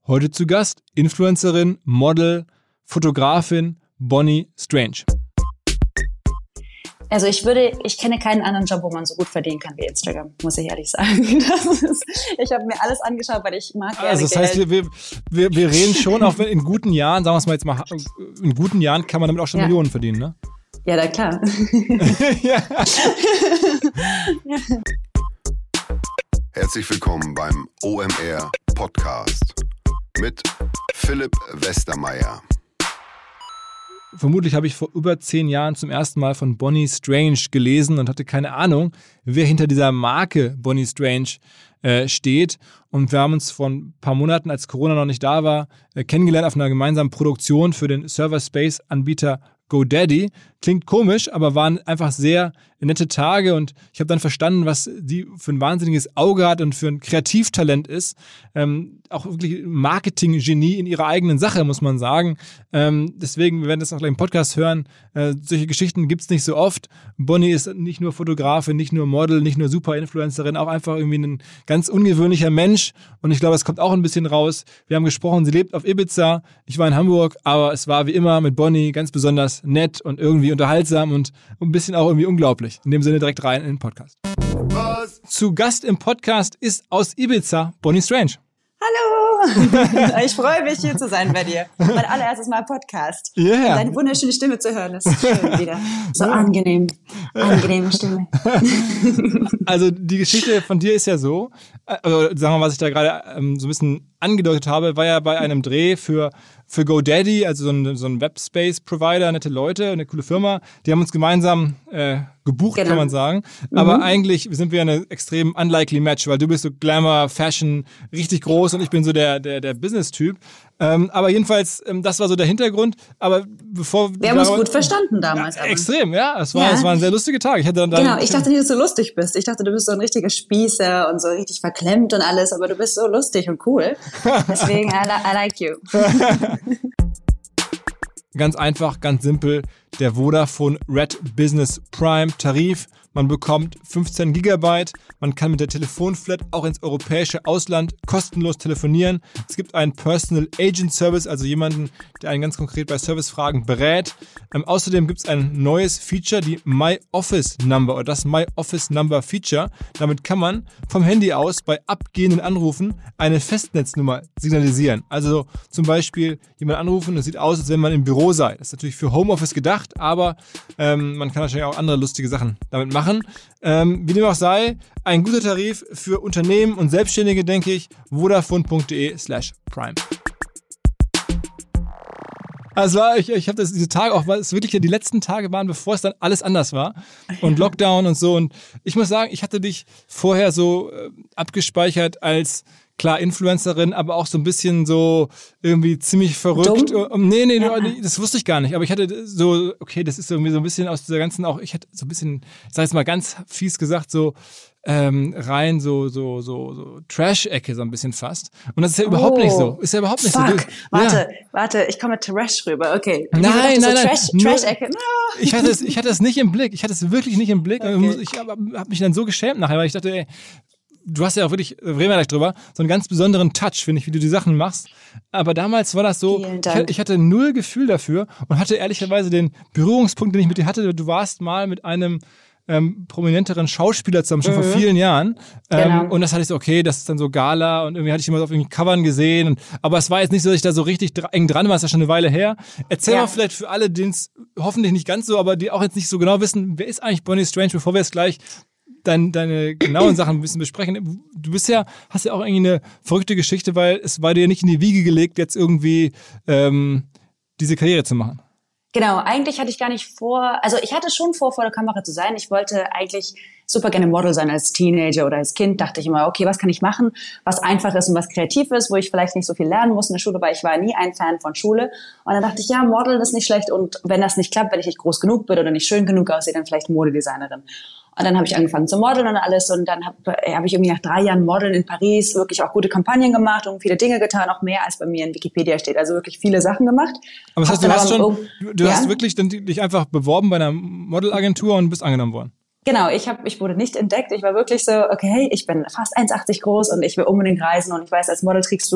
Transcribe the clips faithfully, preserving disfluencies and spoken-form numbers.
Heute zu Gast Influencerin, Model, Fotografin Bonnie Strange. Also ich würde, ich kenne keinen anderen Job, wo man so gut verdienen kann wie Instagram, muss ich ehrlich sagen. Das ist, ich habe mir alles angeschaut, weil ich mag gerne Also das heißt, Geld. wir, wir, wir reden schon, auch wenn in guten Jahren, sagen wir es mal jetzt mal, in guten Jahren kann man damit auch schon ja. Millionen verdienen, ne? Ja, na klar. Ja. Herzlich willkommen beim O M R Podcast mit Philipp Westermeier. Vermutlich habe ich vor über zehn Jahren zum ersten Mal von Bonnie Strange gelesen und hatte keine Ahnung, wer hinter dieser Marke Bonnie Strange äh, steht. Und wir haben uns vor ein paar Monaten, als Corona noch nicht da war, äh, kennengelernt auf einer gemeinsamen Produktion für den Server-Space-Anbieter GoDaddy. Klingt komisch, aber waren einfach sehr nette Tage und ich habe dann verstanden, was sie für ein wahnsinniges Auge hat und für ein Kreativtalent ist. Ähm, auch wirklich Marketing-Genie in ihrer eigenen Sache, muss man sagen. Ähm, deswegen, wir werden das auch gleich im Podcast hören, äh, solche Geschichten gibt es nicht so oft. Bonnie ist nicht nur Fotografin, nicht nur Model, nicht nur Super-Influencerin, auch einfach irgendwie ein ganz ungewöhnlicher Mensch und ich glaube, es kommt auch ein bisschen raus. Wir haben gesprochen, sie lebt auf Ibiza, ich war in Hamburg, aber es war wie immer mit Bonnie ganz besonders nett und irgendwie unterhaltsam und ein bisschen auch irgendwie unglaublich. In dem Sinne direkt rein in den Podcast. Was? Zu Gast im Podcast ist aus Ibiza Bonnie Strange. Hallo! Ich freue mich, hier zu sein bei dir. Mein allererstes Mal Podcast. Ja. Yeah. Deine wunderschöne Stimme zu hören, das ist schön wieder. So angenehm, angenehme Stimme. Also die Geschichte von dir ist ja so, also sagen wir mal, was ich da gerade ähm, so ein bisschen angedeutet habe, war ja bei einem Dreh für, für GoDaddy, also so ein, so ein Webspace-Provider, nette Leute, eine coole Firma. Die haben uns gemeinsam äh, gebucht, genau. Kann man sagen. Aber mhm. eigentlich sind wir eine extrem unlikely Match, weil du bist so Glamour, Fashion, richtig groß und ich bin so der, der, der Business-Typ. Ähm, aber jedenfalls, ähm, das war so der Hintergrund. Aber bevor wir haben uns gut verstanden damals. Ja, aber. Extrem, ja. Es war, ja. es waren sehr lustige Tage. Ich hatte dann, dann genau, ich dachte nicht, dass du lustig bist. Ich dachte, du bist so ein richtiger Spießer und so richtig verklemmt und alles, aber du bist so lustig und cool. Deswegen, I, I like you. Ganz einfach, ganz simpel, der Vodafone Red Business Prime Tarif. Man bekommt fünfzehn Gigabyte, man kann mit der Telefonflat auch ins europäische Ausland kostenlos telefonieren. Es gibt einen Personal Agent Service, also jemanden, der einen ganz konkret bei Servicefragen berät. Ähm, außerdem gibt es ein neues Feature, die My Office Number oder das My Office Number Feature. Damit kann man vom Handy aus bei abgehenden Anrufen eine Festnetznummer signalisieren. Also zum Beispiel jemand anrufen, das sieht aus, als wenn man im Büro sei. Das ist natürlich für Homeoffice gedacht, aber ähm, man kann wahrscheinlich auch andere lustige Sachen damit machen. Ähm, wie dem auch sei, ein guter Tarif für Unternehmen und Selbstständige, denke ich, vodafone.de slash prime. Also ich, ich habe das diese Tage auch, weil es wirklich die letzten Tage waren, bevor es dann alles anders war und Lockdown und so. Und ich muss sagen, ich hatte dich vorher so äh, abgespeichert als klar Influencerin, aber auch so ein bisschen so irgendwie ziemlich verrückt. Dumm? Nee, nee, ja. nee, das wusste ich gar nicht. Aber ich hatte so, okay, das ist irgendwie so ein bisschen aus dieser ganzen auch, ich hatte so ein bisschen, ich sag jetzt mal ganz fies gesagt, so ähm, rein so so so so Trash-Ecke so ein bisschen fast. Und das ist ja überhaupt oh, nicht so. Ist ja überhaupt nicht fuck. so. Du, warte, ja. warte, ich komme Trash rüber. Okay. Nein, nein, so nein. Trash, Trash-Ecke. No. Ich hatte es, ich hatte es nicht im Blick. Ich hatte es wirklich nicht im Blick. Okay. Ich habe hab mich dann so geschämt nachher, weil ich dachte, ey, du hast ja auch wirklich, reden wir gleich drüber, so einen ganz besonderen Touch, finde ich, wie du die Sachen machst. Aber damals war das so, ich, ich hatte null Gefühl dafür und hatte ehrlicherweise den Berührungspunkt, den ich mit dir hatte. Du warst mal mit einem ähm, prominenteren Schauspieler zusammen, schon mhm. vor vielen Jahren. Ähm, genau. Und das hatte ich so, okay, das ist dann so Gala und irgendwie hatte ich immer so auf irgendwie Covern gesehen. Und, aber es war jetzt nicht so, dass ich da so richtig dra- eng dran war, es ist ja schon eine Weile her. Erzähl ja. mal vielleicht für alle, denen es hoffentlich nicht ganz so, aber die auch jetzt nicht so genau wissen, wer ist eigentlich Bonnie Strange, bevor wir es gleich Dein, deine genauen Sachen ein bisschen besprechen. Du bist ja, hast ja auch irgendwie eine verrückte Geschichte, weil es war dir nicht in die Wiege gelegt, jetzt irgendwie ähm, diese Karriere zu machen. Genau, eigentlich hatte ich gar nicht vor, also ich hatte schon vor, vor der Kamera zu sein. Ich wollte eigentlich super gerne Model sein als Teenager oder als Kind. Dachte ich immer, okay, was kann ich machen, was einfach ist und was kreativ ist, wo ich vielleicht nicht so viel lernen muss in der Schule, weil ich war nie ein Fan von Schule. Und dann dachte ich, ja, Modeln ist nicht schlecht und wenn das nicht klappt, wenn ich nicht groß genug bin oder nicht schön genug aussehe, dann vielleicht Modedesignerin. Und dann habe ich angefangen zu modeln und alles und dann habe hab ich irgendwie nach drei Jahren Modeln in Paris wirklich auch gute Kampagnen gemacht und viele Dinge getan, auch mehr als bei mir in Wikipedia steht. Also wirklich viele Sachen gemacht. Aber das heißt, du hast schon, du, du ja? hast wirklich dann dich einfach beworben bei einer Modelagentur und bist angenommen worden? Genau, ich hab, ich wurde nicht entdeckt. Ich war wirklich so, okay, ich bin fast eins Komma achtzig groß und ich will unbedingt reisen und ich weiß, als Model trägst du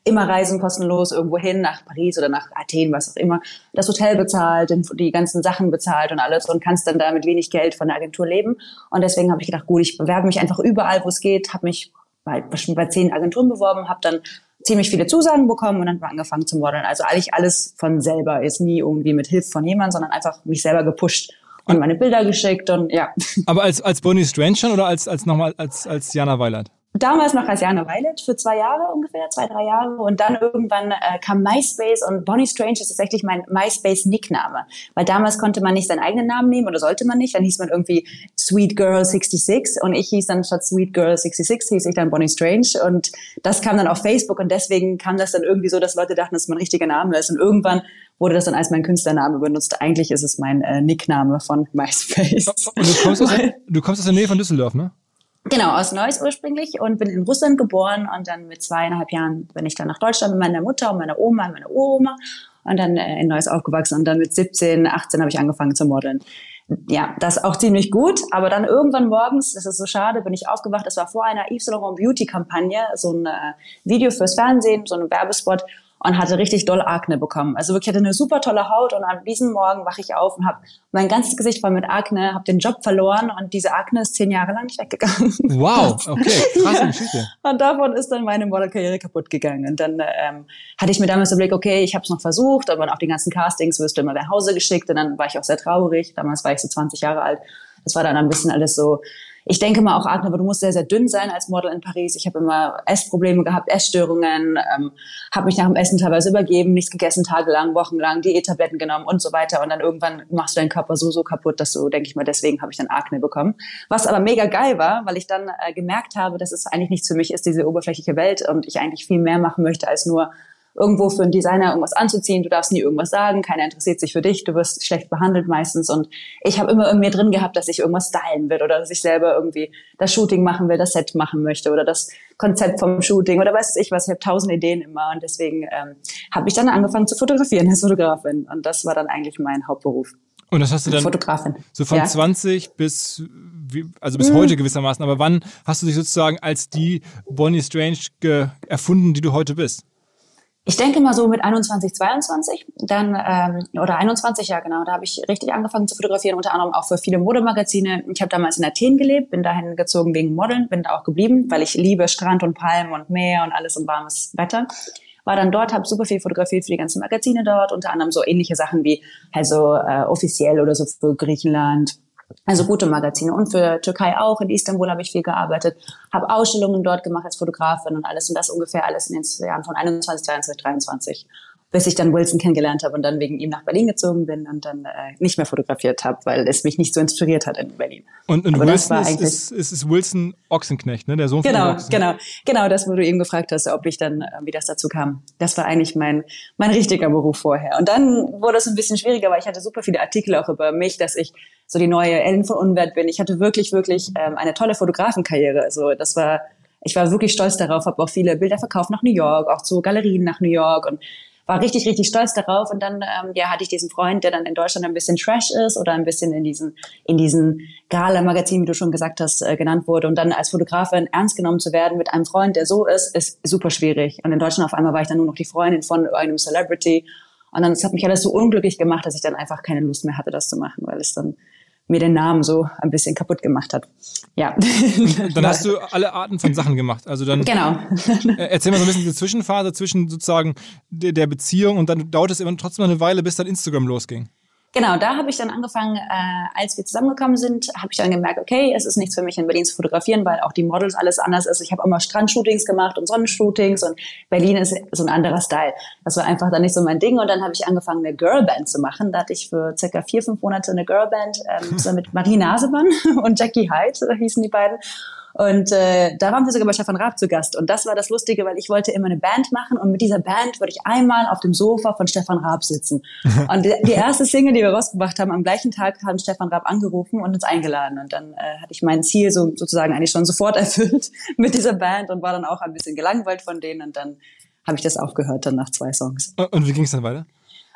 immer Reisen kostenlos irgendwo hin, nach Paris oder nach Athen, was auch immer. Das Hotel bezahlt, die ganzen Sachen bezahlt und alles und kannst dann da mit wenig Geld von der Agentur leben. Und deswegen habe ich gedacht, gut, ich bewerbe mich einfach überall, wo es geht, habe mich bei, bei zehn Agenturen beworben, habe dann ziemlich viele Zusagen bekommen und dann angefangen zu modeln. Also eigentlich alles von selber, ist nie irgendwie mit Hilfe von jemandem, sondern einfach mich selber gepusht und meine Bilder geschickt und ja. Aber als als Bonnie Strange schon oder als als nochmal als als Jana Weilert? Damals noch als Jana Weilert für zwei Jahre ungefähr, zwei, drei Jahre. Und dann irgendwann äh, kam MySpace und Bonnie Strange ist tatsächlich mein MySpace-Nickname. Weil damals konnte man nicht seinen eigenen Namen nehmen oder sollte man nicht. Dann hieß man irgendwie Sweet Girl sixty-six und ich hieß dann statt Sweet Girl sixty-six hieß ich dann Bonnie Strange. Und das kam dann auf Facebook und deswegen kam das dann irgendwie so, dass Leute dachten, dass es mein richtiger Name ist. Und irgendwann wurde das dann als mein Künstlername benutzt. Eigentlich ist es mein äh, Nickname von MySpace. Und du kommst aus, du kommst aus der Nähe von Düsseldorf, ne? Genau, aus Neuss ursprünglich und bin in Russland geboren und dann mit zweieinhalb Jahren bin ich dann nach Deutschland mit meiner Mutter und meiner Oma und meiner Uroma und dann äh, in Neuss aufgewachsen und dann mit siebzehn, achtzehn habe ich angefangen zu modeln. Ja, das auch ziemlich gut, aber dann irgendwann morgens, das ist so schade, bin ich aufgewacht, das war vor einer Yves Saint Laurent Beauty-Kampagne, so ein äh, Video fürs Fernsehen, so ein Werbespot und hatte richtig doll Akne bekommen. Also wirklich hatte eine super tolle Haut und an diesem Morgen wache ich auf und habe mein ganzes Gesicht voll mit Akne, habe den Job verloren und diese Akne ist zehn Jahre lang nicht weggegangen. Wow, okay, krasse Geschichte. Und davon ist dann meine Modelkarriere kaputt gegangen. Und dann ähm, hatte ich mir damals überlegt, okay, ich habe es noch versucht, aber auf die ganzen Castings wirst du immer nach Hause geschickt und dann war ich auch sehr traurig. Damals war ich so zwanzig Jahre alt. Das war dann ein bisschen alles so, ich denke mal auch, Akne, aber du musst sehr, sehr dünn sein als Model in Paris. Ich habe immer Essprobleme gehabt, Essstörungen, ähm, habe mich nach dem Essen teilweise übergeben, nichts gegessen, tagelang, wochenlang, Diättabletten genommen und so weiter. Und dann irgendwann machst du deinen Körper so, so kaputt, dass du, denke ich mal, deswegen habe ich dann Akne bekommen. Was aber mega geil war, weil ich dann äh, gemerkt habe, dass es eigentlich nichts für mich ist, diese oberflächliche Welt und ich eigentlich viel mehr machen möchte, als nur irgendwo für einen Designer irgendwas anzuziehen. Du darfst nie irgendwas sagen, keiner interessiert sich für dich, du wirst schlecht behandelt meistens. Und ich habe immer in mir drin gehabt, dass ich irgendwas stylen will oder dass ich selber irgendwie das Shooting machen will, das Set machen möchte oder das Konzept vom Shooting oder weiß ich was. Ich habe tausend Ideen immer und deswegen ähm, habe ich dann angefangen zu fotografieren als Fotografin. Und das war dann eigentlich mein Hauptberuf. Und das hast du dann Fotografin. So von ja. zwanzig bis, also bis mhm. heute gewissermaßen. Aber wann hast du dich sozusagen als die Bonnie Strange ge- erfunden, die du heute bist? Ich denke mal so mit einundzwanzig, zweiundzwanzig, dann ähm, oder einundzwanzig, ja genau, da habe ich richtig angefangen zu fotografieren, unter anderem auch für viele Modemagazine. Ich habe damals in Athen gelebt, bin dahin gezogen wegen Modeln, bin da auch geblieben, weil ich liebe Strand und Palmen und Meer und alles und warmes Wetter. War dann dort, habe super viel fotografiert für die ganzen Magazine dort, unter anderem so ähnliche Sachen wie also äh, Offiziell oder so für Griechenland. Also gute Magazine und für Türkei auch. In Istanbul habe ich viel gearbeitet, habe Ausstellungen dort gemacht als Fotografin und alles und das ungefähr alles in den Jahren von einundzwanzig, zweiundzwanzig, dreiundzwanzig, bis ich dann Wilson kennengelernt habe und dann wegen ihm nach Berlin gezogen bin und dann äh, nicht mehr fotografiert habe, weil es mich nicht so inspiriert hat in Berlin. Und, und Wilson ist, ist, ist, ist Wilson Ochsenknecht, ne? Der Sohn von Genau, Ochsen. genau, genau, das, wo du eben gefragt hast, ob ich dann, äh, wie das dazu kam. Das war eigentlich mein mein richtiger Beruf vorher. Und dann wurde es ein bisschen schwieriger, weil ich hatte super viele Artikel auch über mich, dass ich so die neue Ellen von Unwert bin. Ich hatte wirklich, wirklich ähm, eine tolle Fotografenkarriere. Also das war, ich war wirklich stolz darauf, habe auch viele Bilder verkauft nach New York, auch zu Galerien nach New York und war richtig, richtig stolz darauf. Und dann ähm, ja, hatte ich diesen Freund, der dann in Deutschland ein bisschen Trash ist oder ein bisschen in diesen in diesen Gala-Magazin, wie du schon gesagt hast, äh, genannt wurde. Und dann als Fotografin ernst genommen zu werden mit einem Freund, der so ist, ist super schwierig. Und in Deutschland auf einmal war ich dann nur noch die Freundin von einem Celebrity. Und dann, das hat mich alles so unglücklich gemacht, dass ich dann einfach keine Lust mehr hatte, das zu machen, weil es dann mir den Namen so ein bisschen kaputt gemacht hat. Ja. Und dann hast du alle Arten von Sachen gemacht. Also dann genau. Erzähl mal so ein bisschen die Zwischenphase zwischen sozusagen der Beziehung und dann dauert es immer trotzdem eine Weile, bis dann Instagram losging. Genau, da habe ich dann angefangen, äh, als wir zusammengekommen sind, habe ich dann gemerkt, okay, es ist nichts für mich in Berlin zu fotografieren, weil auch die Models alles anders ist. Ich habe immer Strandshootings gemacht und Sonnenshootings und Berlin ist so ein anderer Style. Das war einfach dann nicht so mein Ding und dann habe ich angefangen, eine Girlband zu machen. Da hatte ich für circa vier, fünf Monate eine Girlband ähm, so mit Marie Nasemann und Jackie Hyde, äh, hießen die beiden. Und äh, da waren wir sogar bei Stefan Raab zu Gast. Und das war das Lustige, weil ich wollte immer eine Band machen und mit dieser Band würde ich einmal auf dem Sofa von Stefan Raab sitzen. Und die, die erste Single, die wir rausgebracht haben, am gleichen Tag haben Stefan Raab angerufen und uns eingeladen. Und dann äh, hatte ich mein Ziel so sozusagen eigentlich schon sofort erfüllt mit dieser Band und war dann auch ein bisschen gelangweilt von denen. Und dann habe ich das aufgehört dann nach zwei Songs. Und wie ging es dann weiter?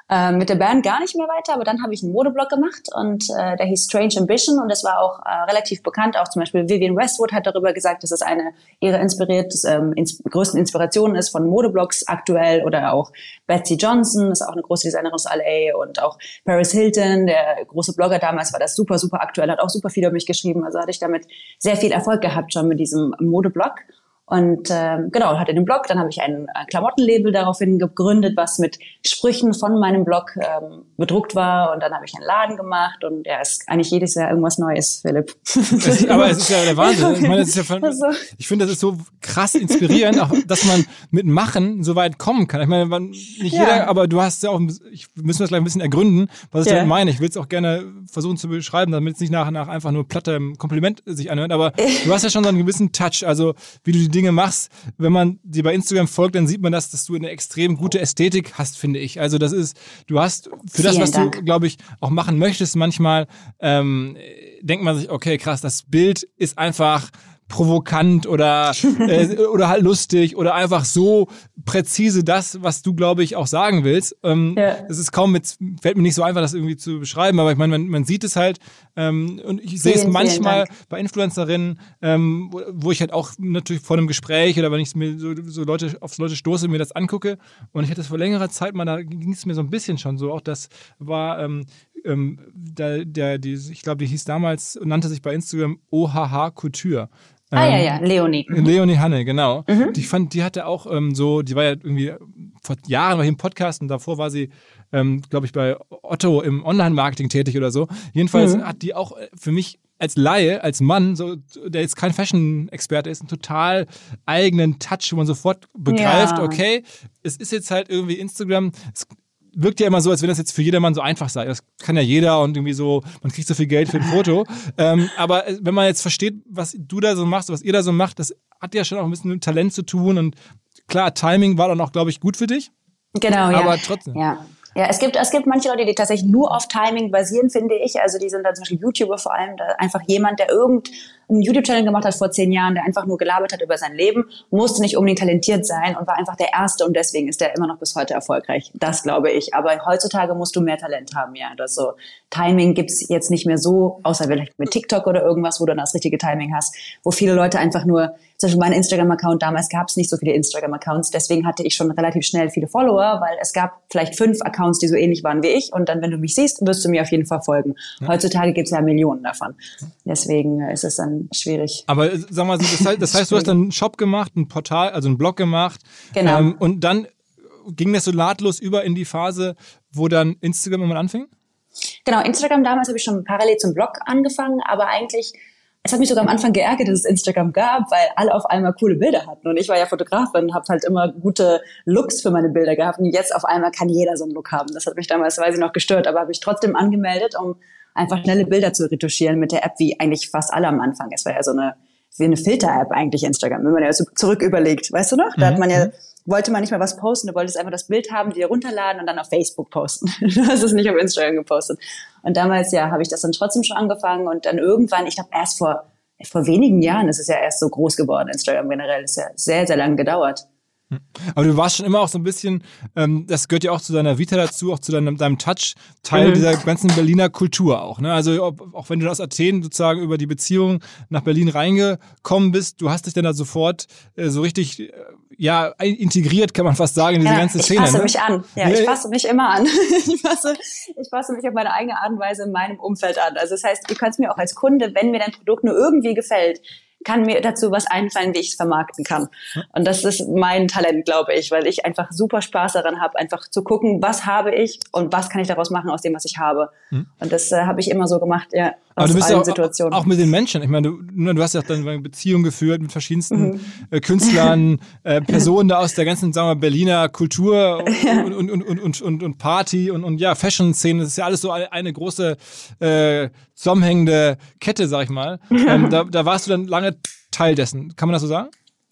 Äh, mit der Band gar nicht mehr weiter, aber dann habe ich einen Modeblog gemacht und äh, der hieß Strange Ambition und das war auch äh, relativ bekannt. Auch zum Beispiel Vivienne Westwood hat darüber gesagt, dass es eine ihrer inspiriert, ähm, ins, größten Inspirationen ist von Modeblogs aktuell oder auch Betsy Johnson, ist auch eine große Designerin aus L A und auch Paris Hilton, der große Blogger damals, war das super, super aktuell, hat auch super viel über mich geschrieben. Also hatte ich damit sehr viel Erfolg gehabt schon mit diesem Modeblog. Und ähm, genau, hatte den Blog, dann habe ich ein äh, Klamottenlabel daraufhin gegründet, was mit Sprüchen von meinem Blog ähm, bedruckt war. Und dann habe ich einen Laden gemacht und ja, es ist eigentlich jedes Jahr irgendwas Neues, Philipp. Es, aber es ist ja der Wahnsinn. Ich meine, es ist ja von, also, ich finde, das ist so krass inspirierend, auch, dass man mit Machen so weit kommen kann. Ich meine, man, nicht ja. jeder, aber du hast ja auch, ich müssen wir das gleich ein bisschen ergründen, was ich ja. damit meine. Ich will es auch gerne versuchen zu beschreiben, damit es nicht nach, nach einfach nur platte Kompliment sich anhört. Aber du hast ja schon so einen gewissen Touch, also wie du die Dinge machst. Wenn man dir bei Instagram folgt, dann sieht man das, dass du eine extrem gute Ästhetik hast, finde ich. Also das ist, du hast für das, Vielen was Dank. du, glaube ich, auch machen möchtest, manchmal ähm, denkt man sich, okay, krass, das Bild ist einfach provokant oder äh, oder halt lustig oder einfach so präzise das, was du, glaube ich, auch sagen willst. Ähm, ja. Es ist kaum mit, fällt mir nicht so einfach, das irgendwie zu beschreiben, aber ich meine, man, man sieht es halt ähm, und ich sehe es manchmal bei Influencerinnen, ähm, wo, wo ich halt auch natürlich vor einem Gespräch oder wenn ich mir so, so Leute auf Leute stoße, mir das angucke und ich hatte es vor längerer Zeit mal, da ging es mir so ein bisschen schon so, auch das war ähm, ähm, der, der, die, ich glaube, die hieß damals, nannte sich bei Instagram O H H Couture. Ah ja, ja, Leonie. Mhm. Leonie Hanne, genau. Mhm. Die fand, die hatte auch ähm, so, die war ja irgendwie vor Jahren war hier im Podcast und davor war sie, ähm, glaube ich, bei Otto im Online-Marketing tätig oder so. Jedenfalls mhm. hat die auch für mich als Laie, als Mann, so, der jetzt kein Fashion-Experte ist, einen total eigenen Touch, wo man sofort begreift, ja. okay, es ist jetzt halt irgendwie Instagram, es wirkt ja immer so, als wenn das jetzt für jedermann so einfach sei. Das kann ja jeder und irgendwie so, man kriegt so viel Geld für ein Foto. ähm, aber wenn man jetzt versteht, was du da so machst, was ihr da so macht, das hat ja schon auch ein bisschen mit Talent zu tun. Und klar, Timing war dann auch, glaube ich, gut für dich. Genau, ja. Aber trotzdem. Ja. Ja, es gibt, es gibt manche Leute, die tatsächlich nur auf Timing basieren, finde ich. Also die sind dann zum Beispiel YouTuber vor allem, da einfach jemand, der irgendeinen YouTube-Channel gemacht hat vor zehn Jahren, der einfach nur gelabert hat über sein Leben, musste nicht unbedingt talentiert sein und war einfach der Erste und deswegen ist der immer noch bis heute erfolgreich. Das glaube ich. Aber heutzutage musst du mehr Talent haben, ja. Das so Timing gibt's jetzt nicht mehr so, außer vielleicht mit TikTok oder irgendwas, wo du dann das richtige Timing hast, wo viele Leute einfach nur, zum Beispiel mein Instagram-Account, damals gab's nicht so viele Instagram-Accounts, deswegen hatte ich schon relativ schnell viele Follower, weil es gab vielleicht fünf Accounts, die so ähnlich waren wie ich und dann, wenn du mich siehst, wirst du mir auf jeden Fall folgen. Ja. Heutzutage gibt's ja Millionen davon. Deswegen ist es dann schwierig. Aber sag mal, das heißt, das heißt du hast dann einen Shop gemacht, ein Portal, also einen Blog gemacht. Genau. Ähm, und dann ging das so nahtlos über in die Phase, wo dann Instagram irgendwann anfing? Genau, Instagram damals habe ich schon parallel zum Blog angefangen, aber eigentlich, es hat mich sogar am Anfang geärgert, dass es Instagram gab, weil alle auf einmal coole Bilder hatten. Und ich war ja Fotografin und habe halt immer gute Looks für meine Bilder gehabt. Und jetzt auf einmal kann jeder so einen Look haben. Das hat mich damals, weiß ich noch, gestört, aber habe ich trotzdem angemeldet, um einfach schnelle Bilder zu retuschieren mit der App, wie eigentlich fast alle am Anfang. Es war ja so eine, wie eine Filter-App eigentlich Instagram, wenn man ja so zurück überlegt. Weißt du noch? Da hat man ja, wollte man nicht mehr was posten, du wolltest einfach das Bild haben, dir runterladen und dann auf Facebook posten. Du hast es nicht auf Instagram gepostet. Und damals, ja, habe ich das dann trotzdem schon angefangen und dann irgendwann, ich glaube erst vor, vor wenigen Jahren ist es ja erst so groß geworden, Instagram generell. Das ist ja sehr, sehr lange gedauert. Aber du warst schon immer auch so ein bisschen, ähm, das gehört ja auch zu deiner Vita dazu, auch zu deinem, deinem Touch, Teil mhm. dieser ganzen Berliner Kultur auch. Ne? Also ob, auch wenn du aus Athen sozusagen über die Beziehung nach Berlin reingekommen bist, du hast dich dann da sofort äh, so richtig äh, ja integriert, kann man fast sagen, in diese ja, ganze ich Szene. Ich passe ne? mich an. Ja, ich passe mich immer an. ich, passe, ich passe mich auf meine eigene Art und Weise in meinem Umfeld an. Also das heißt, ihr könnt es mir auch als Kunde, wenn mir dein Produkt nur irgendwie gefällt, kann mir dazu was einfallen, wie ich es vermarkten kann. Und das ist mein Talent, glaube ich, weil ich einfach super Spaß daran habe, einfach zu gucken, was habe ich und was kann ich daraus machen aus dem, was ich habe. Hm. Und das äh, habe ich immer so gemacht, ja, aus Aber du bist allen ja auch, Situationen. Auch mit den Menschen. Ich meine, du, du hast ja auch dann eine Beziehung geführt mit verschiedensten mhm. äh, Künstlern, äh, Personen da aus der ganzen, sagen wir, Berliner Kultur ja. und, und, und, und, und, und Party und, und ja, Fashion-Szene. Das ist ja alles so eine, eine große äh, zusammenhängende Kette, sag ich mal. Ähm, da, da warst du dann lange Teil dessen. Kann man das so sagen?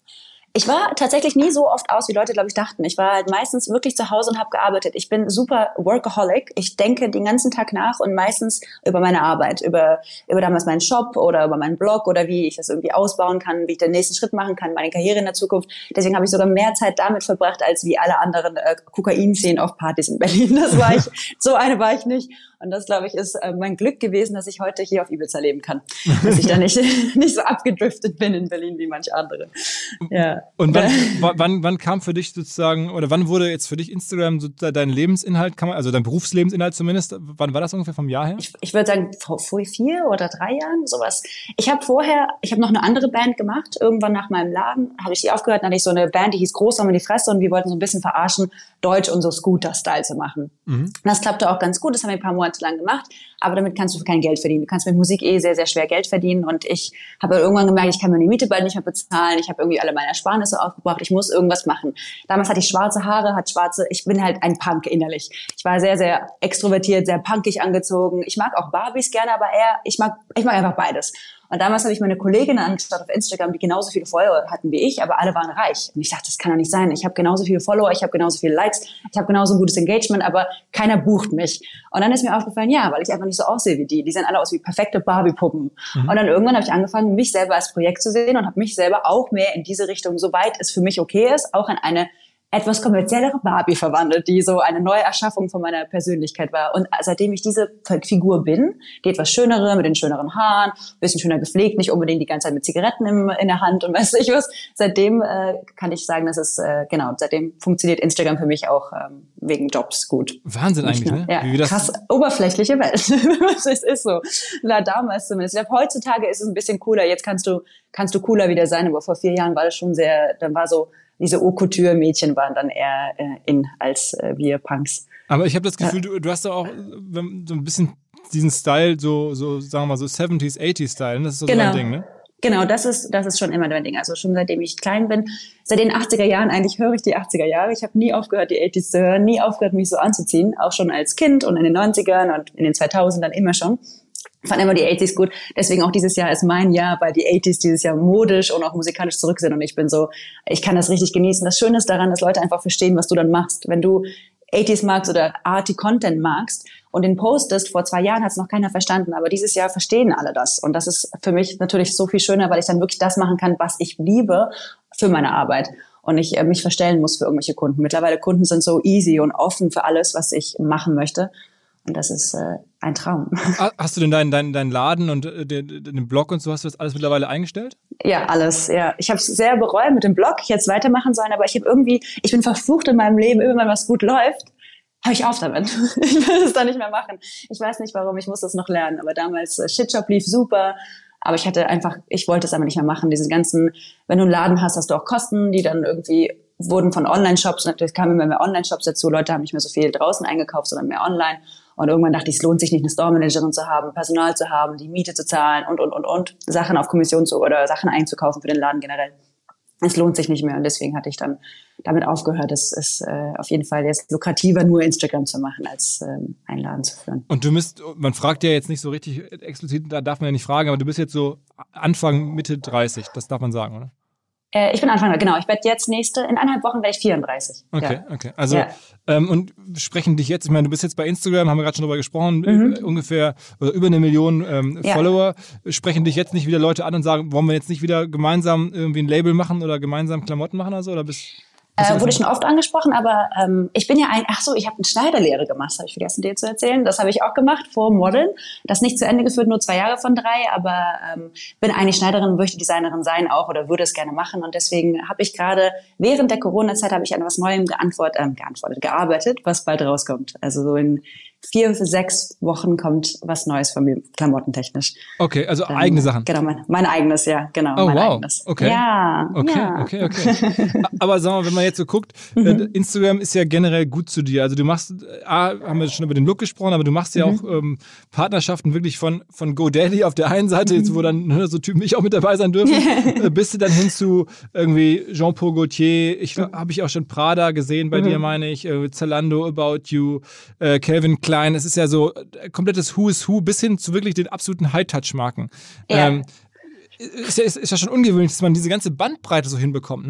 Ich war tatsächlich nie so oft aus, wie Leute, glaube ich, dachten. Ich war halt meistens wirklich zu Hause und habe gearbeitet. Ich bin super Workaholic. Ich denke den ganzen Tag nach und meistens über meine Arbeit, über über damals meinen Shop oder über meinen Blog oder wie ich das irgendwie ausbauen kann, wie ich den nächsten Schritt machen kann, meine Karriere in der Zukunft. Deswegen habe ich sogar mehr Zeit damit verbracht, als wie alle anderen äh, Kokain-Szenen auf Partys in Berlin. Das war ich, so eine war ich nicht. Und das, glaube ich, ist äh, mein Glück gewesen, dass ich heute hier auf Ibiza leben kann. Dass ich da nicht, nicht so abgedriftet bin in Berlin wie manche andere. Ja. Und wann, wann, wann kam für dich sozusagen, oder wann wurde jetzt für dich Instagram sozusagen dein Lebensinhalt, kann man, also dein Berufslebensinhalt zumindest, wann war das ungefähr vom Jahr her? Ich, ich würde sagen, vor, vor vier oder drei Jahren, sowas. Ich habe vorher, ich habe noch eine andere Band gemacht. Irgendwann nach meinem Laden habe ich die aufgehört, dann hatte ich so eine Band, die hieß Großraum in die Fresse und wir wollten so ein bisschen verarschen, Deutsch und so Scooter-Style zu machen. Mhm. Das klappte auch ganz gut, das haben wir ein paar Monate lang gemacht, aber damit kannst du kein Geld verdienen. Du kannst mit Musik eh sehr, sehr schwer Geld verdienen und ich habe irgendwann gemerkt, ich kann meine Miete bald nicht mehr bezahlen, ich habe irgendwie alle meine Ersparnisse aufgebraucht, ich muss irgendwas machen. Damals hatte ich schwarze Haare, hatte schwarze, ich bin halt ein Punk innerlich. Ich war sehr, sehr extrovertiert, sehr punkig angezogen. Ich mag auch Barbies gerne, aber eher, ich mag, ich mag einfach beides. Und damals habe ich meine Kolleginnen angeschaut auf Instagram, die genauso viele Follower hatten wie ich, aber alle waren reich. Und ich dachte, das kann doch nicht sein. Ich habe genauso viele Follower, ich habe genauso viele Likes, ich habe genauso ein gutes Engagement, aber keiner bucht mich. Und dann ist mir aufgefallen, ja, weil ich einfach nicht so aussehe wie die. Die sehen alle aus wie perfekte Barbie-Puppen. Mhm. Und dann irgendwann habe ich angefangen, mich selber als Projekt zu sehen und habe mich selber auch mehr in diese Richtung, soweit es für mich okay ist, auch in eine etwas kommerziellere Barbie verwandelt, die so eine neue Erschaffung von meiner Persönlichkeit war. Und seitdem ich diese Figur bin, die etwas schönere, mit den schöneren Haaren, bisschen schöner gepflegt, nicht unbedingt die ganze Zeit mit Zigaretten im, in der Hand und weiß ich was, seitdem äh, kann ich sagen, dass es, äh, genau, seitdem funktioniert Instagram für mich auch ähm, wegen Jobs gut. Wahnsinn eigentlich, ne? Ja, wie, wie das krass oberflächliche Welt. Es ist so. Na, damals zumindest. Ich glaube, heutzutage ist es ein bisschen cooler. Jetzt kannst du, kannst du cooler wieder sein, aber vor vier Jahren war das schon sehr, dann war so, diese Haute-Couture-Mädchen waren dann eher äh, in als äh, wir Punks. Aber ich habe das Gefühl, ja. du, du hast da auch so ein bisschen diesen Style, so, so sagen wir mal so siebziger, achtziger-Style. Das ist so genau. dein Ding, ne? Genau, das ist das ist schon immer mein Ding. Also schon seitdem ich klein bin, seit den achtziger Jahren eigentlich höre ich die achtziger Jahre. Ich habe nie aufgehört, die achtziger zu hören, nie aufgehört, mich so anzuziehen. Auch schon als Kind und in den neunzigern und in den zweitausendern immer schon. Ich fand immer die achtziger gut. Deswegen auch dieses Jahr ist mein Jahr, weil die achtziger dieses Jahr modisch und auch musikalisch zurück sind. Und ich bin so, ich kann das richtig genießen. Das Schöne ist daran, dass Leute einfach verstehen, was du dann machst. Wenn du achtziger magst oder Arty Content magst und den postest, vor zwei Jahren hat es noch keiner verstanden, aber dieses Jahr verstehen alle das. Und das ist für mich natürlich so viel schöner, weil ich dann wirklich das machen kann, was ich liebe für meine Arbeit. Und ich äh, mich verstellen muss für irgendwelche Kunden. Mittlerweile Kunden sind so easy und offen für alles, was ich machen möchte. Und das ist äh, ein Traum. Hast du denn deinen dein, dein Laden und äh, den, den Blog und so, hast du das alles mittlerweile eingestellt? Ja, alles, ja. Ich habe es sehr bereut mit dem Blog. Ich hätte es weitermachen sollen, aber ich habe irgendwie, ich bin verflucht in meinem Leben, immer wenn was gut läuft, höre ich auf damit. Ich will es dann nicht mehr machen. Ich weiß nicht warum, ich muss das noch lernen. Aber damals, äh, Shitshop lief super. Aber ich hatte einfach, ich wollte es aber nicht mehr machen. Diese ganzen, wenn du einen Laden hast, hast du auch Kosten, die dann irgendwie wurden von Online-Shops, natürlich kamen immer mehr Online-Shops dazu. Leute haben nicht mehr so viel draußen eingekauft, sondern mehr online. Und irgendwann dachte ich, es lohnt sich nicht, eine Store-Managerin zu haben, Personal zu haben, die Miete zu zahlen und, und, und, und, Sachen auf Kommission zu oder Sachen einzukaufen für den Laden generell. Es lohnt sich nicht mehr und deswegen hatte ich dann damit aufgehört. Es ist äh, auf jeden Fall jetzt lukrativer, nur Instagram zu machen, als ähm, einen Laden zu führen. Und du bist, man fragt ja jetzt nicht so richtig explizit, da darf man ja nicht fragen, aber du bist jetzt so Anfang, Mitte dreißig, das darf man sagen, oder? Äh, ich bin Anfang, genau. Ich werde jetzt nächste, in eineinhalb Wochen werde ich vierunddreißig. Okay, ja. okay. Also, ja. ähm, und sprechen dich jetzt, ich meine, du bist jetzt bei Instagram, haben wir gerade schon drüber gesprochen, mhm. ungefähr oder über eine Million ähm, ja. Follower. Sprechen dich jetzt nicht wieder Leute an und sagen, wollen wir jetzt nicht wieder gemeinsam irgendwie ein Label machen oder gemeinsam Klamotten machen oder so? Oder bist Äh, wurde schon oft angesprochen, aber ähm, ich bin ja ein, ach so, ich habe eine Schneiderlehre gemacht, das habe ich vergessen dir zu erzählen. Das habe ich auch gemacht vor Modeln. Das nicht zu Ende geführt, nur zwei Jahre von drei, aber ähm, bin eigentlich Schneiderin, möchte Designerin sein auch oder würde es gerne machen. Und deswegen habe ich gerade während der Corona-Zeit habe ich an was Neuem geantwortet, ähm, geantwortet, gearbeitet, was bald rauskommt. Also so in vier bis sechs Wochen kommt was Neues von mir, klamottentechnisch. Okay, also Dann, eigene Sachen. Genau, mein, mein eigenes, ja, genau. Oh, mein wow. eigenes. Okay. Ja. Okay, ja. okay, okay. Aber sag mal, wenn man jetzt so guckt, mhm. Instagram ist ja generell gut zu dir. Also du machst, A, haben wir schon über den Look gesprochen, aber du machst ja mhm. auch ähm, Partnerschaften wirklich von, von GoDaddy auf der einen Seite, jetzt wo dann ne, so Typen wie ich auch mit dabei sein dürfen, äh, bis du dann hin zu irgendwie Jean-Paul Gaultier, ich mhm. habe ich auch schon Prada gesehen bei mhm. dir, meine ich, äh, Zalando, About You, äh, Calvin Klein. Es ist ja so äh, komplettes Who is Who bis hin zu wirklich den absoluten High-Touch-Marken. Ja. Ähm, ist, ja, ist, ist ja schon ungewöhnlich, dass man diese ganze Bandbreite so hinbekommt, ne?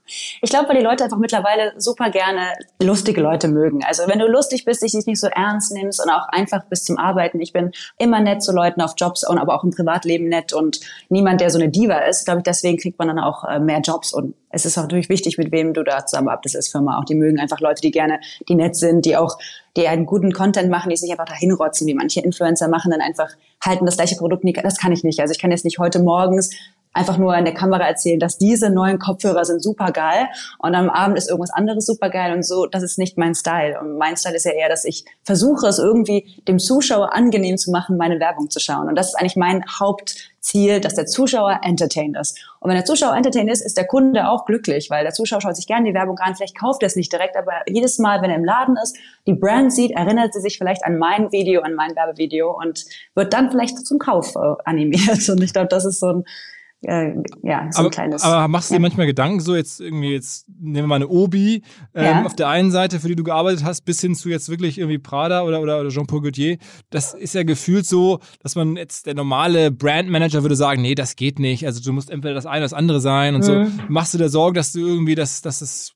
Ich glaube, weil die Leute einfach mittlerweile super gerne lustige Leute mögen. Also wenn du lustig bist, dich nicht so ernst nimmst und auch einfach bist zum Arbeiten. Ich bin immer nett zu Leuten auf Jobs und aber auch im Privatleben nett und niemand, der so eine Diva ist. Glaube ich, deswegen kriegt man dann auch äh, mehr Jobs und es ist auch natürlich wichtig, mit wem du da zusammenarbeitest als Firma. Auch die mögen einfach Leute, die gerne, die nett sind, die auch, die einen guten Content machen, die es nicht einfach dahin rotzen, wie manche Influencer machen, dann einfach halten das gleiche Produkt nie. Das kann ich nicht. Also ich kann jetzt nicht heute morgens einfach nur in der Kamera erzählen, dass diese neuen Kopfhörer sind super geil und am Abend ist irgendwas anderes super geil und so, das ist nicht mein Style. Und mein Style ist ja eher, dass ich versuche, es irgendwie dem Zuschauer angenehm zu machen, meine Werbung zu schauen. Und das ist eigentlich mein Hauptziel, dass der Zuschauer entertained ist. Und wenn der Zuschauer entertained ist, ist der Kunde auch glücklich, weil der Zuschauer schaut sich gerne die Werbung an, vielleicht kauft er es nicht direkt, aber jedes Mal, wenn er im Laden ist, die Brand sieht, erinnert sie sich vielleicht an mein Video, an mein Werbevideo und wird dann vielleicht zum Kauf äh, animiert. Und ich glaube, das ist so ein Äh, ja, so aber, ein kleines. Aber machst du dir ja. manchmal Gedanken, so jetzt irgendwie, jetzt nehmen wir mal eine Obi, ähm, ja. auf der einen Seite, für die du gearbeitet hast, bis hin zu jetzt wirklich irgendwie Prada oder, oder, oder Jean-Paul Gaultier. Das ist ja gefühlt so, dass man jetzt, der normale Brandmanager würde sagen, nee, das geht nicht. Also du musst entweder das eine oder das andere sein und mhm. so. Machst du dir Sorgen, dass du irgendwie, dass, dass es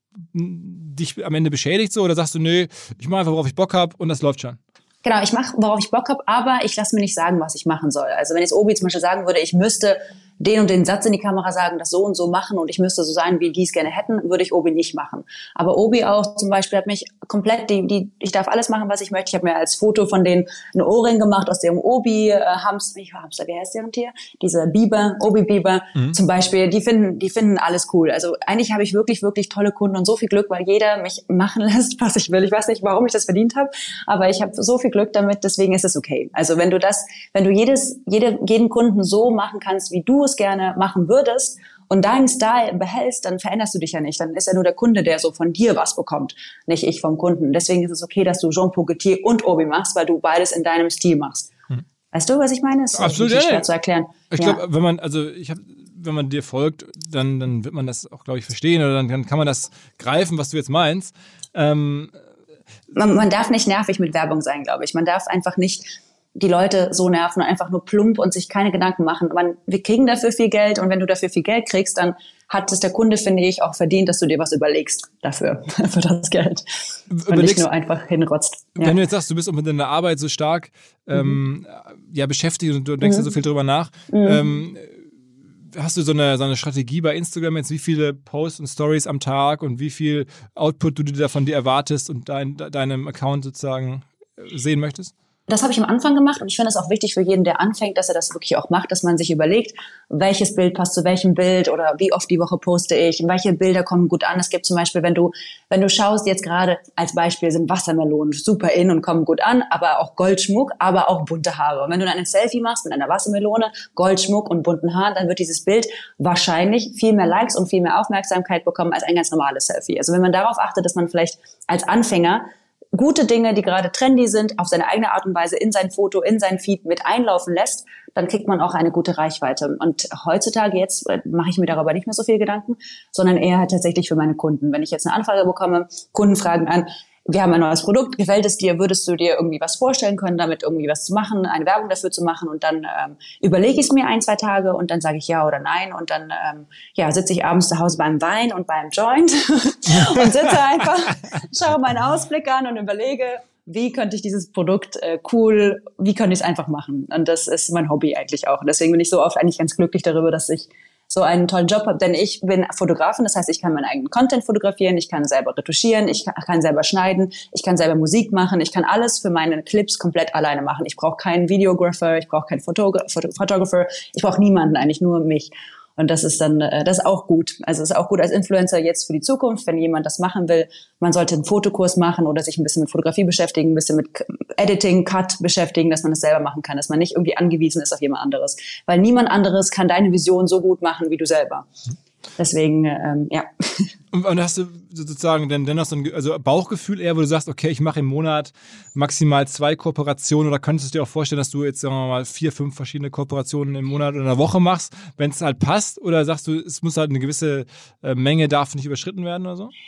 dich am Ende beschädigt so, oder sagst du, nee, ich mache einfach, worauf ich Bock habe und das läuft schon? Genau, ich mache, worauf ich Bock habe, aber ich lasse mir nicht sagen, was ich machen soll. Also wenn jetzt Obi zum Beispiel sagen würde, ich müsste den und den Satz in die Kamera sagen, das so und so machen und ich müsste so sein, wie die es gerne hätten, würde ich Obi nicht machen. Aber Obi auch zum Beispiel hat mich komplett, die, die, ich darf alles machen, was ich möchte. Ich habe mir als Foto von denen ein Ohrring gemacht aus dem Obi äh, Hamster, wie, Hamster, wie heißt deren Tier? Diese Biber, Obi Biber mhm. zum Beispiel. Die finden, die finden alles cool. Also eigentlich habe ich wirklich, wirklich tolle Kunden und so viel Glück, weil jeder mich machen lässt, was ich will. Ich weiß nicht, warum ich das verdient habe, aber ich habe so viel Glück damit. Deswegen ist es okay. Also wenn du das, wenn du jedes, jede, jeden Kunden so machen kannst, wie du es gerne machen würdest und deinen Style behältst, dann veränderst du dich ja nicht. Dann ist ja nur der Kunde, der so von dir was bekommt, nicht ich vom Kunden. Deswegen ist es okay, dass du Jean-Paul Gaultier und Obi machst, weil du beides in deinem Stil machst. Hm. Weißt du, was ich meine? Das ist absolut schwer ja. zu erklären. Ich ja. glaube, wenn man, also ich habe, wenn man dir folgt, dann, dann wird man das auch, glaube ich, verstehen oder dann, dann kann man das greifen, was du jetzt meinst. Ähm, man, man darf nicht nervig mit Werbung sein, glaube ich. Man darf einfach nicht die Leute so nerven und einfach nur plump und sich keine Gedanken machen. Man, wir kriegen dafür viel Geld und wenn du dafür viel Geld kriegst, dann hat es der Kunde, finde ich, auch verdient, dass du dir was überlegst dafür, für das Geld. Überlegst, und nicht nur einfach hinrotzt. Ja. Wenn du jetzt sagst, du bist auch mit deiner Arbeit so stark ähm, mhm. ja, beschäftigt und du denkst mhm. ja so viel drüber nach, mhm. ähm, hast du so eine, so eine Strategie bei Instagram jetzt, wie viele Posts und Stories am Tag und wie viel Output du dir davon dir erwartest und dein, deinem Account sozusagen sehen möchtest? Das habe ich am Anfang gemacht und ich finde es auch wichtig für jeden, der anfängt, dass er das wirklich auch macht, dass man sich überlegt, welches Bild passt zu welchem Bild oder wie oft die Woche poste ich, welche Bilder kommen gut an. Es gibt zum Beispiel, wenn du wenn du schaust, jetzt gerade als Beispiel sind Wassermelonen super in und kommen gut an, aber auch Goldschmuck, aber auch bunte Haare. Und wenn du dann ein Selfie machst mit einer Wassermelone, Goldschmuck und bunten Haaren, dann wird dieses Bild wahrscheinlich viel mehr Likes und viel mehr Aufmerksamkeit bekommen als ein ganz normales Selfie. Also wenn man darauf achtet, dass man vielleicht als Anfänger gute Dinge, die gerade trendy sind, auf seine eigene Art und Weise in sein Foto, in sein Feed mit einlaufen lässt, dann kriegt man auch eine gute Reichweite. Und heutzutage jetzt mache ich mir darüber nicht mehr so viel Gedanken, sondern eher halt tatsächlich für meine Kunden. Wenn ich jetzt eine Anfrage bekomme, Kunden fragen an, wir haben ein neues Produkt, gefällt es dir, würdest du dir irgendwie was vorstellen können, damit irgendwie was zu machen, eine Werbung dafür zu machen und dann ähm, überlege ich es mir ein, zwei Tage und dann sage ich ja oder nein und dann ähm, ja sitze ich abends zu Hause beim Wein und beim Joint und sitze einfach, schaue meinen Ausblick an und überlege, wie könnte ich dieses Produkt äh, cool, wie könnte ich es einfach machen und das ist mein Hobby eigentlich auch und deswegen bin ich so oft eigentlich ganz glücklich darüber, dass ich so einen tollen Job habe, denn ich bin Fotografin, das heißt, ich kann meinen eigenen Content fotografieren, ich kann selber retuschieren, ich kann selber schneiden, ich kann selber Musik machen, ich kann alles für meine Clips komplett alleine machen. Ich brauche keinen Videographer, ich brauche keinen Fotogra- Photographer, ich brauche niemanden, eigentlich nur mich. Und das ist dann, das ist auch gut. Also es ist auch gut als Influencer jetzt für die Zukunft, wenn jemand das machen will. Man sollte einen Fotokurs machen oder sich ein bisschen mit Fotografie beschäftigen, ein bisschen mit Editing, Cut beschäftigen, dass man das selber machen kann, dass man nicht irgendwie angewiesen ist auf jemand anderes. Weil niemand anderes kann deine Vision so gut machen wie du selber. Deswegen, ähm, ja. Und, und hast du sozusagen dann dennoch so ein also Bauchgefühl eher, wo du sagst, okay, ich mache im Monat maximal zwei Kooperationen oder könntest du dir auch vorstellen, dass du jetzt, sagen wir mal, vier, fünf verschiedene Kooperationen im Monat oder in der Woche machst, wenn es halt passt? Oder sagst du, es muss halt eine gewisse äh, Menge darf nicht überschritten werden oder so?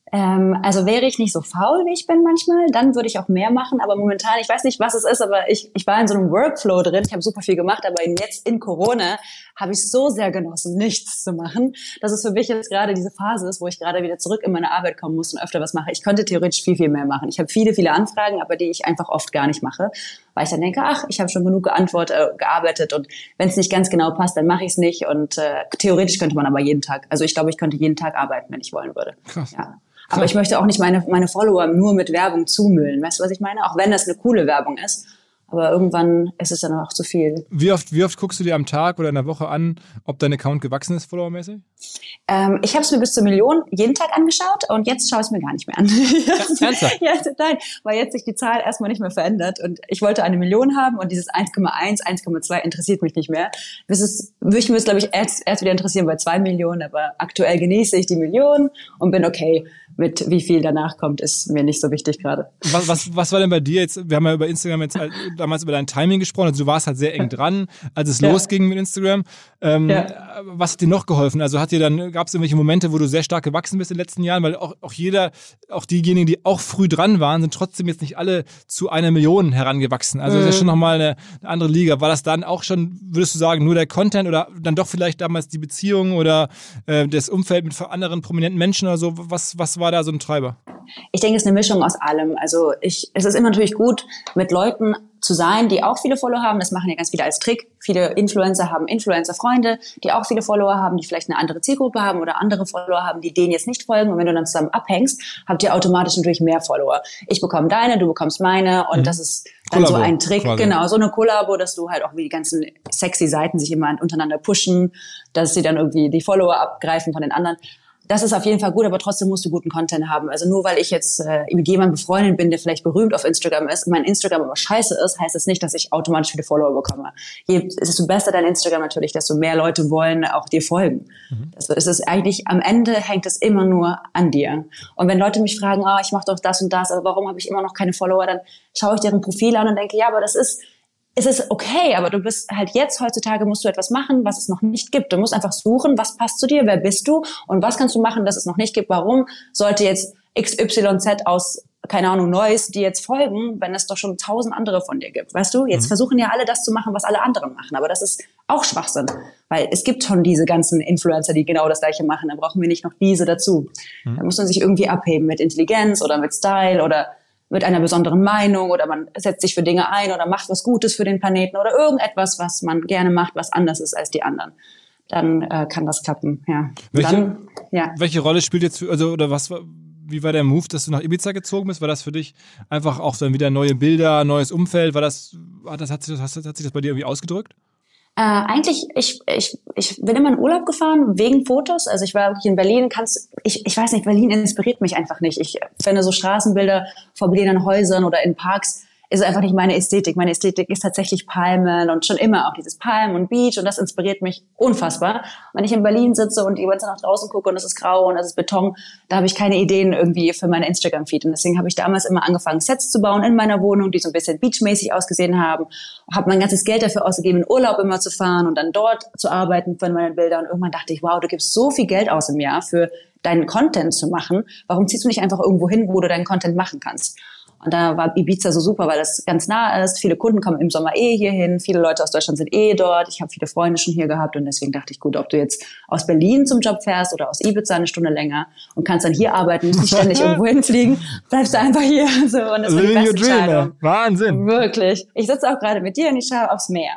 Ähm, also wäre ich nicht so faul, wie ich bin manchmal, dann würde ich auch mehr machen. Aber momentan, ich weiß nicht, was es ist, aber ich, ich war in so einem Workflow drin. Ich habe super viel gemacht, aber jetzt in Corona habe ich so sehr genossen, nichts zu machen, dass es für mich jetzt gerade diese Phase ist, wo ich gerade wieder zurück in meine Arbeit kommen muss und öfter was mache. Ich könnte theoretisch viel, viel mehr machen. Ich habe viele, viele Anfragen, aber die ich einfach oft gar nicht mache, weil ich dann denke, ach, ich habe schon genug geantwortet, äh, gearbeitet und wenn es nicht ganz genau passt, dann mache ich es nicht. Und äh, theoretisch könnte man aber jeden Tag, also ich glaube, ich könnte jeden Tag arbeiten, wenn ich wollen würde. Krass. Ja. Aber ich möchte auch nicht meine, meine Follower nur mit Werbung zumüllen. Weißt du, was ich meine? Auch wenn das eine coole Werbung ist. Aber irgendwann ist es dann auch zu viel. Wie oft, wie oft guckst du dir am Tag oder in der Woche an, ob dein Account gewachsen ist, followermäßig? Ähm, ich habe es mir bis zur Million jeden Tag angeschaut und jetzt schaue ich es mir gar nicht mehr an. Ja, ernsthaft? Ja, nein, weil jetzt sich die Zahl erstmal nicht mehr verändert und ich wollte eine Million haben und dieses eins Komma eins, eins Komma zwei interessiert mich nicht mehr. Das ist, würde ich mir jetzt, glaube ich, erst, erst wieder interessieren bei zwei Millionen, aber aktuell genieße ich die Million und bin okay mit wie viel danach kommt, ist mir nicht so wichtig gerade. Was, was, was war denn bei dir jetzt? Wir haben ja über Instagram jetzt halt damals über dein Timing gesprochen, also du warst halt sehr eng dran, als es ja. losging mit Instagram. Ähm, ja. Was hat dir noch geholfen? Also hat dir dann, gab es irgendwelche Momente, wo du sehr stark gewachsen bist in den letzten Jahren? Weil auch, auch jeder, auch diejenigen, die auch früh dran waren, sind trotzdem jetzt nicht alle zu einer Million herangewachsen. Also mhm. das ist ja schon nochmal eine, eine andere Liga. War das dann auch schon, würdest du sagen, nur der Content oder dann doch vielleicht damals die Beziehung oder äh, das Umfeld mit anderen prominenten Menschen oder so? Was, was war da so ein Treiber? Ich denke, es ist eine Mischung aus allem. Also ich, es ist immer natürlich gut, mit Leuten zu sein, die auch viele Follower haben. Das machen ja ganz viele als Trick. Viele Influencer haben Influencer-Freunde, die auch viele Follower haben, die vielleicht eine andere Zielgruppe haben oder andere Follower haben, die denen jetzt nicht folgen. Und wenn du dann zusammen abhängst, habt ihr automatisch natürlich mehr Follower. Ich bekomme deine, du bekommst meine und mhm. das ist dann Kollabo, so ein Trick. Quasi. Genau, so eine Kollabo, dass du halt auch wie die ganzen sexy Seiten sich immer untereinander pushen, dass sie dann irgendwie die Follower abgreifen von den anderen. Das ist auf jeden Fall gut, aber trotzdem musst du guten Content haben. Also nur weil ich jetzt äh, mit jemandem befreundet bin, der vielleicht berühmt auf Instagram ist, mein Instagram aber scheiße ist, heißt das nicht, dass ich automatisch viele Follower bekomme. Je desto besser dein Instagram natürlich, desto mehr Leute wollen auch dir folgen. Mhm. Also es ist eigentlich, am Ende hängt es immer nur an dir. Und wenn Leute mich fragen, ah, oh, ich mache doch das und das, aber warum habe ich immer noch keine Follower, dann schaue ich deren Profile an und denke, ja, aber das ist... Es ist okay, aber du bist halt jetzt, heutzutage musst du etwas machen, was es noch nicht gibt. Du musst einfach suchen, was passt zu dir, wer bist du und was kannst du machen, dass es noch nicht gibt. Warum sollte jetzt X Y Z aus, keine Ahnung, Neues, die jetzt folgen, wenn es doch schon tausend andere von dir gibt, weißt du? Jetzt mhm. versuchen ja alle das zu machen, was alle anderen machen, aber das ist auch Schwachsinn, weil es gibt schon diese ganzen Influencer, die genau das Gleiche machen, dann brauchen wir nicht noch diese dazu. Mhm. Da muss man sich irgendwie abheben mit Intelligenz oder mit Style oder mit einer besonderen Meinung oder man setzt sich für Dinge ein oder macht was Gutes für den Planeten oder irgendetwas, was man gerne macht, was anders ist als die anderen. Dann äh, kann das klappen, ja. Welche, dann, ja. welche Rolle spielt jetzt, für, also oder was war, wie war der Move, dass du nach Ibiza gezogen bist? War das für dich einfach auch dann wieder neue Bilder, neues Umfeld? War das, hat, das, hat, sich, das, hat sich das bei dir irgendwie ausgedrückt? Äh, eigentlich, ich, ich, ich bin immer in Urlaub gefahren, wegen Fotos. Also ich war wirklich in Berlin, kannst, ich, ich weiß nicht, Berlin inspiriert mich einfach nicht. Ich finde so Straßenbilder vor Berliner Häusern oder in Parks, ist einfach nicht meine Ästhetik. Meine Ästhetik ist tatsächlich Palmen und schon immer auch dieses Palmen und Beach und das inspiriert mich unfassbar. Wenn ich in Berlin sitze und die ganze Zeit nach draußen gucke und es ist grau und es ist Beton, da habe ich keine Ideen irgendwie für meine Instagram-Feed. Und deswegen habe ich damals immer angefangen, Sets zu bauen in meiner Wohnung, die so ein bisschen beachmäßig ausgesehen haben. Habe mein ganzes Geld dafür ausgegeben, in Urlaub immer zu fahren und dann dort zu arbeiten für meine Bilder. Und irgendwann dachte ich, wow, du gibst so viel Geld aus im Jahr für deinen Content zu machen. Warum ziehst du nicht einfach irgendwo hin, wo du deinen Content machen kannst? Und da war Ibiza so super, weil das ganz nah ist. Viele Kunden kommen im Sommer eh hier hin. Viele Leute aus Deutschland sind eh dort. Ich habe viele Freunde schon hier gehabt. Und deswegen dachte ich, gut, ob du jetzt aus Berlin zum Job fährst oder aus Ibiza eine Stunde länger und kannst dann hier arbeiten, musst nicht ständig irgendwo hinfliegen, bleibst du einfach hier. So, und das war die beste Entscheidung. Wahnsinn. Wirklich. Ich sitze auch gerade mit dir und ich schaue aufs Meer.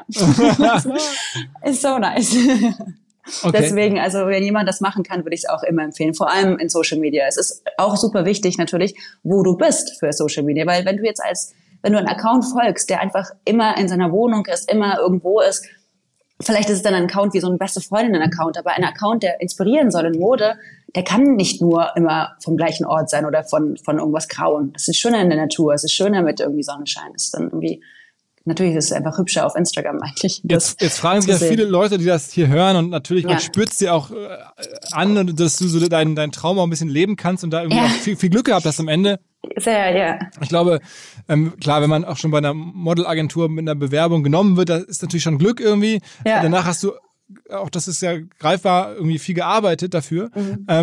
Ist so nice. Okay. Deswegen, also wenn jemand das machen kann, würde ich es auch immer empfehlen. Vor allem in Social Media. Es ist auch super wichtig natürlich, wo du bist für Social Media. Weil wenn du jetzt als, wenn du einen Account folgst, der einfach immer in seiner Wohnung ist, immer irgendwo ist, vielleicht ist es dann ein Account wie so ein beste Freundinnen-Account, aber ein Account, der inspirieren soll in Mode, der kann nicht nur immer vom gleichen Ort sein oder von, von irgendwas Grauen. Es ist schöner in der Natur, es ist schöner mit irgendwie Sonnenschein. Es ist dann irgendwie... Natürlich ist es einfach hübscher auf Instagram eigentlich. Jetzt, jetzt fragen sich ja viele Leute, die das hier hören und natürlich, ja. man spürt es dir auch äh, an, dass du so deinen deinen Traum auch ein bisschen leben kannst und da irgendwie ja. auch viel, viel Glück gehabt hast am Ende. Sehr, ja. Ich glaube, ähm, klar, wenn man auch schon bei einer Modelagentur mit einer Bewerbung genommen wird, da ist natürlich schon Glück irgendwie. Ja. Danach hast du, auch das ist ja greifbar, irgendwie viel gearbeitet dafür. Mhm. Ähm,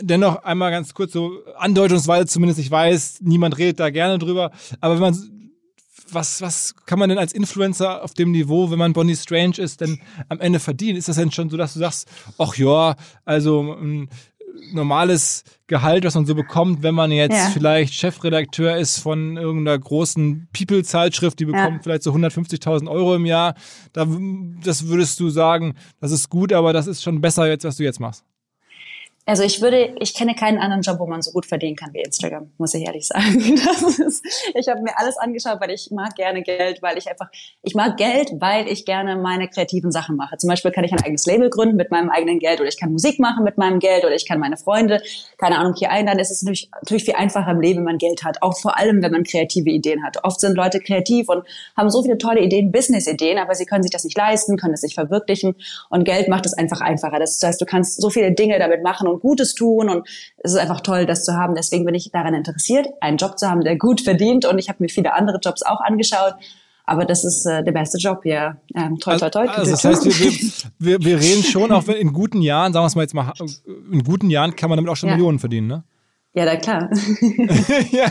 dennoch einmal ganz kurz so andeutungsweise zumindest, ich weiß, niemand redet da gerne drüber, aber wenn man Was, was kann man denn als Influencer auf dem Niveau, wenn man Bonnie Strange ist, denn am Ende verdienen? Ist das denn schon so, dass du sagst, ach ja, also ein normales Gehalt, was man so bekommt, wenn man jetzt ja. vielleicht Chefredakteur ist von irgendeiner großen People-Zeitschrift, die bekommt ja. vielleicht so hundertfünfzigtausend Euro im Jahr, da, das würdest du sagen, das ist gut, aber das ist schon besser jetzt, was du jetzt machst? Also ich würde, ich kenne keinen anderen Job, wo man so gut verdienen kann wie Instagram, muss ich ehrlich sagen. Das ist, ich habe mir alles angeschaut, weil ich mag gerne Geld, weil ich einfach, ich mag Geld, weil ich gerne meine kreativen Sachen mache. Zum Beispiel kann ich ein eigenes Label gründen mit meinem eigenen Geld oder ich kann Musik machen mit meinem Geld oder ich kann meine Freunde, keine Ahnung, hier einladen. Es ist natürlich, natürlich viel einfacher im Leben, wenn man Geld hat, auch vor allem, wenn man kreative Ideen hat. Oft sind Leute kreativ und haben so viele tolle Ideen, Business-Ideen, aber sie können sich das nicht leisten, können es nicht verwirklichen und Geld macht es einfach einfacher. Das heißt, du kannst so viele Dinge damit machen und Gutes tun und es ist einfach toll, das zu haben. Deswegen bin ich daran interessiert, einen Job zu haben, der gut verdient und ich habe mir viele andere Jobs auch angeschaut, aber das ist äh, der beste Job, ja. Ähm, toi, toi, toi. Also das heißt, wir, wir, wir reden schon, auch wenn in guten Jahren, sagen wir es mal jetzt mal, in guten Jahren kann man damit auch schon ja. Millionen verdienen, ne? Ja, na klar. ja.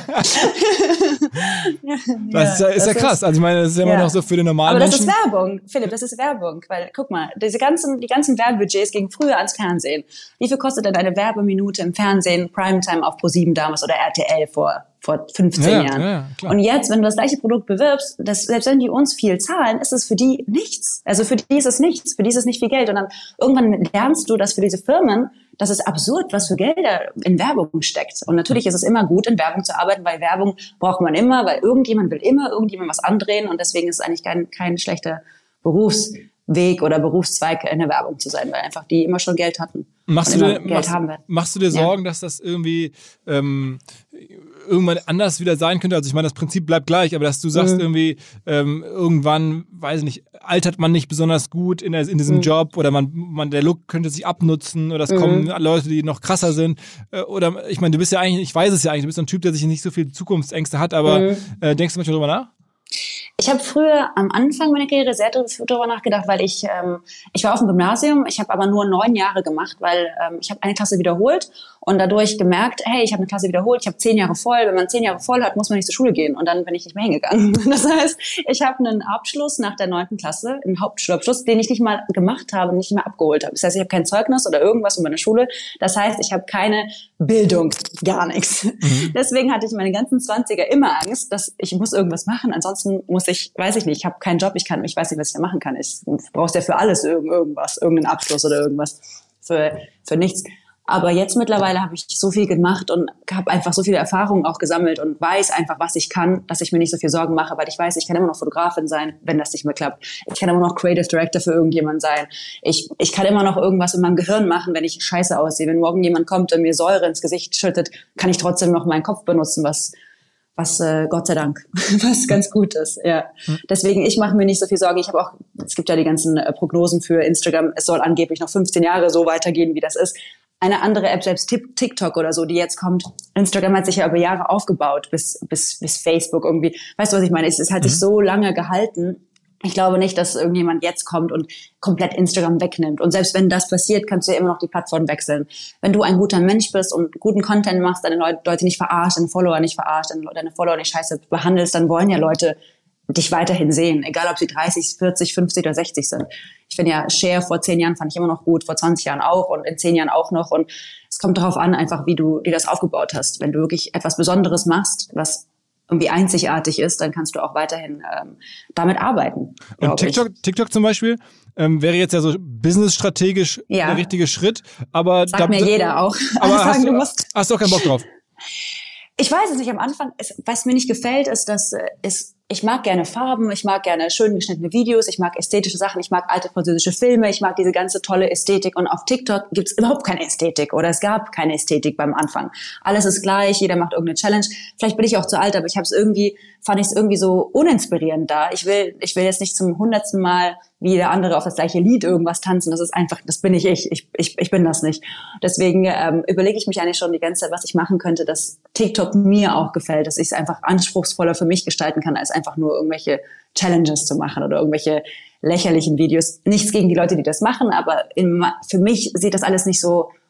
Das ist ja, ist ja krass. Ist, also ich meine, das ist ja immer ja. noch so für den normalen Aber das Menschen. ist Werbung, Philipp, das ist Werbung. Weil, guck mal, diese ganzen, die ganzen Werbebudgets gingen früher ans Fernsehen. Wie viel kostet denn eine Werbeminute im Fernsehen, Primetime auf ProSieben damals oder R T L vor, vor fünfzehn ja, Jahren? Ja, ja, klar. Und jetzt, wenn du das gleiche Produkt bewirbst, das, selbst wenn die uns viel zahlen, ist es für die nichts. Also für die ist es nichts, für die ist es nicht viel Geld. Und dann irgendwann lernst du, dass für diese Firmen, das ist absurd, was für Gelder in Werbung steckt. Und natürlich ist es immer gut, in Werbung zu arbeiten, weil Werbung braucht man immer, weil irgendjemand will immer irgendjemand was andrehen und deswegen ist es eigentlich kein, kein schlechter Berufsweg oder Berufszweig, in der Werbung zu sein, weil einfach die immer schon Geld hatten. Machst, du dir, machst, machst du dir Sorgen, ja. dass das irgendwie ähm, irgendwann anders wieder sein könnte? Also ich meine, das Prinzip bleibt gleich, aber dass du sagst mhm. irgendwie ähm, irgendwann, weiß ich nicht, altert man nicht besonders gut in, der, in diesem mhm. Job oder man, man der Look könnte sich abnutzen oder es mhm. kommen Leute, die noch krasser sind. Äh, oder ich meine, du bist ja eigentlich, ich weiß es ja eigentlich, du bist ein Typ, der sich nicht so viel Zukunftsängste hat, aber mhm. äh, denkst du manchmal drüber nach? Ich habe früher am Anfang meiner Karriere sehr darüber nachgedacht, weil ich ähm, ich war auf dem Gymnasium, ich habe aber nur neun Jahre gemacht, weil ähm, ich habe eine Klasse wiederholt und dadurch gemerkt, hey, ich habe eine Klasse wiederholt, ich habe zehn Jahre voll. Wenn man zehn Jahre voll hat, muss man nicht zur Schule gehen und dann bin ich nicht mehr hingegangen. Das heißt, ich habe einen Abschluss nach der neunten Klasse, einen Hauptschulabschluss, den ich nicht mal gemacht habe, nicht mehr abgeholt habe. Das heißt, ich habe kein Zeugnis oder irgendwas von meiner Schule. Das heißt, ich habe keine Bildung, gar nichts. Mhm. Deswegen hatte ich meine ganzen Zwanziger immer Angst, dass ich muss irgendwas machen, ansonsten muss ich, weiß ich nicht, ich habe keinen Job, ich kann, ich weiß nicht, was ich da machen kann. Ich brauchst ja für alles irgend, irgendwas, irgendeinen Abschluss oder irgendwas, für für nichts. Aber jetzt mittlerweile habe ich so viel gemacht und habe einfach so viele Erfahrungen auch gesammelt und weiß einfach, was ich kann, dass ich mir nicht so viel Sorgen mache, weil ich weiß, ich kann immer noch Fotografin sein, wenn das nicht mehr klappt. Ich kann immer noch Creative Director für irgendjemand sein. Ich ich kann immer noch irgendwas in meinem Gehirn machen, wenn ich scheiße aussehe. Wenn morgen jemand kommt und mir Säure ins Gesicht schüttet, kann ich trotzdem noch meinen Kopf benutzen, was was äh, Gott sei Dank, was ganz gut ist, ja. Deswegen, ich mache mir nicht so viel Sorgen. Ich habe auch, es gibt ja die ganzen äh, Prognosen für Instagram, es soll angeblich noch fünfzehn Jahre so weitergehen, wie das ist. Eine andere App, selbst TikTok oder so, die jetzt kommt, Instagram hat sich ja über Jahre aufgebaut, bis bis bis Facebook irgendwie. Weißt du, was ich meine? Es, es hat mhm. sich so lange gehalten. Ich glaube nicht, dass irgendjemand jetzt kommt und komplett Instagram wegnimmt. Und selbst wenn das passiert, kannst du ja immer noch die Plattform wechseln. Wenn du ein guter Mensch bist und guten Content machst, deine Leute nicht verarscht, deine Follower nicht verarscht, deine Follower nicht scheiße behandelst, dann wollen ja Leute dich weiterhin sehen. Egal, ob sie dreißig, vierzig, fünfzig oder sechzig sind. Ich finde ja, Share vor zehn Jahren fand ich immer noch gut, vor zwanzig Jahren auch und in zehn Jahren auch noch. Und es kommt darauf an, einfach wie du dir das aufgebaut hast. Wenn du wirklich etwas Besonderes machst, was irgendwie einzigartig ist, dann kannst du auch weiterhin ähm, damit arbeiten. Und TikTok, ich. TikTok zum Beispiel ähm, wäre jetzt ja so businessstrategisch ja. der richtige Schritt, aber sagt da, mir jeder auch. Aber sagen, hast, du musst hast du auch keinen Bock drauf? Ich weiß es nicht. Am Anfang, es, was mir nicht gefällt, ist, dass äh, es ich mag gerne Farben, ich mag gerne schön geschnittene Videos, ich mag ästhetische Sachen, ich mag alte französische Filme, ich mag diese ganze tolle Ästhetik und auf TikTok gibt's überhaupt keine Ästhetik oder es gab keine Ästhetik beim Anfang. Alles ist gleich, jeder macht irgendeine Challenge. Vielleicht bin ich auch zu alt, aber ich habe es irgendwie, fand ich es irgendwie so uninspirierend da. Ich will, ich will jetzt nicht zum hundertsten Mal wie der andere auf das gleiche Lied irgendwas tanzen. Das ist einfach, das bin nicht ich. Ich, ich, ich bin das nicht. Deswegen ähm, überlege ich mich eigentlich schon die ganze Zeit, was ich machen könnte, dass TikTok mir auch gefällt, dass ich es einfach anspruchsvoller für mich gestalten kann, als einfach nur irgendwelche Challenges zu machen oder irgendwelche lächerlichen Videos. Nichts gegen die Leute, die das machen, aber in, für mich sieht das alles nicht so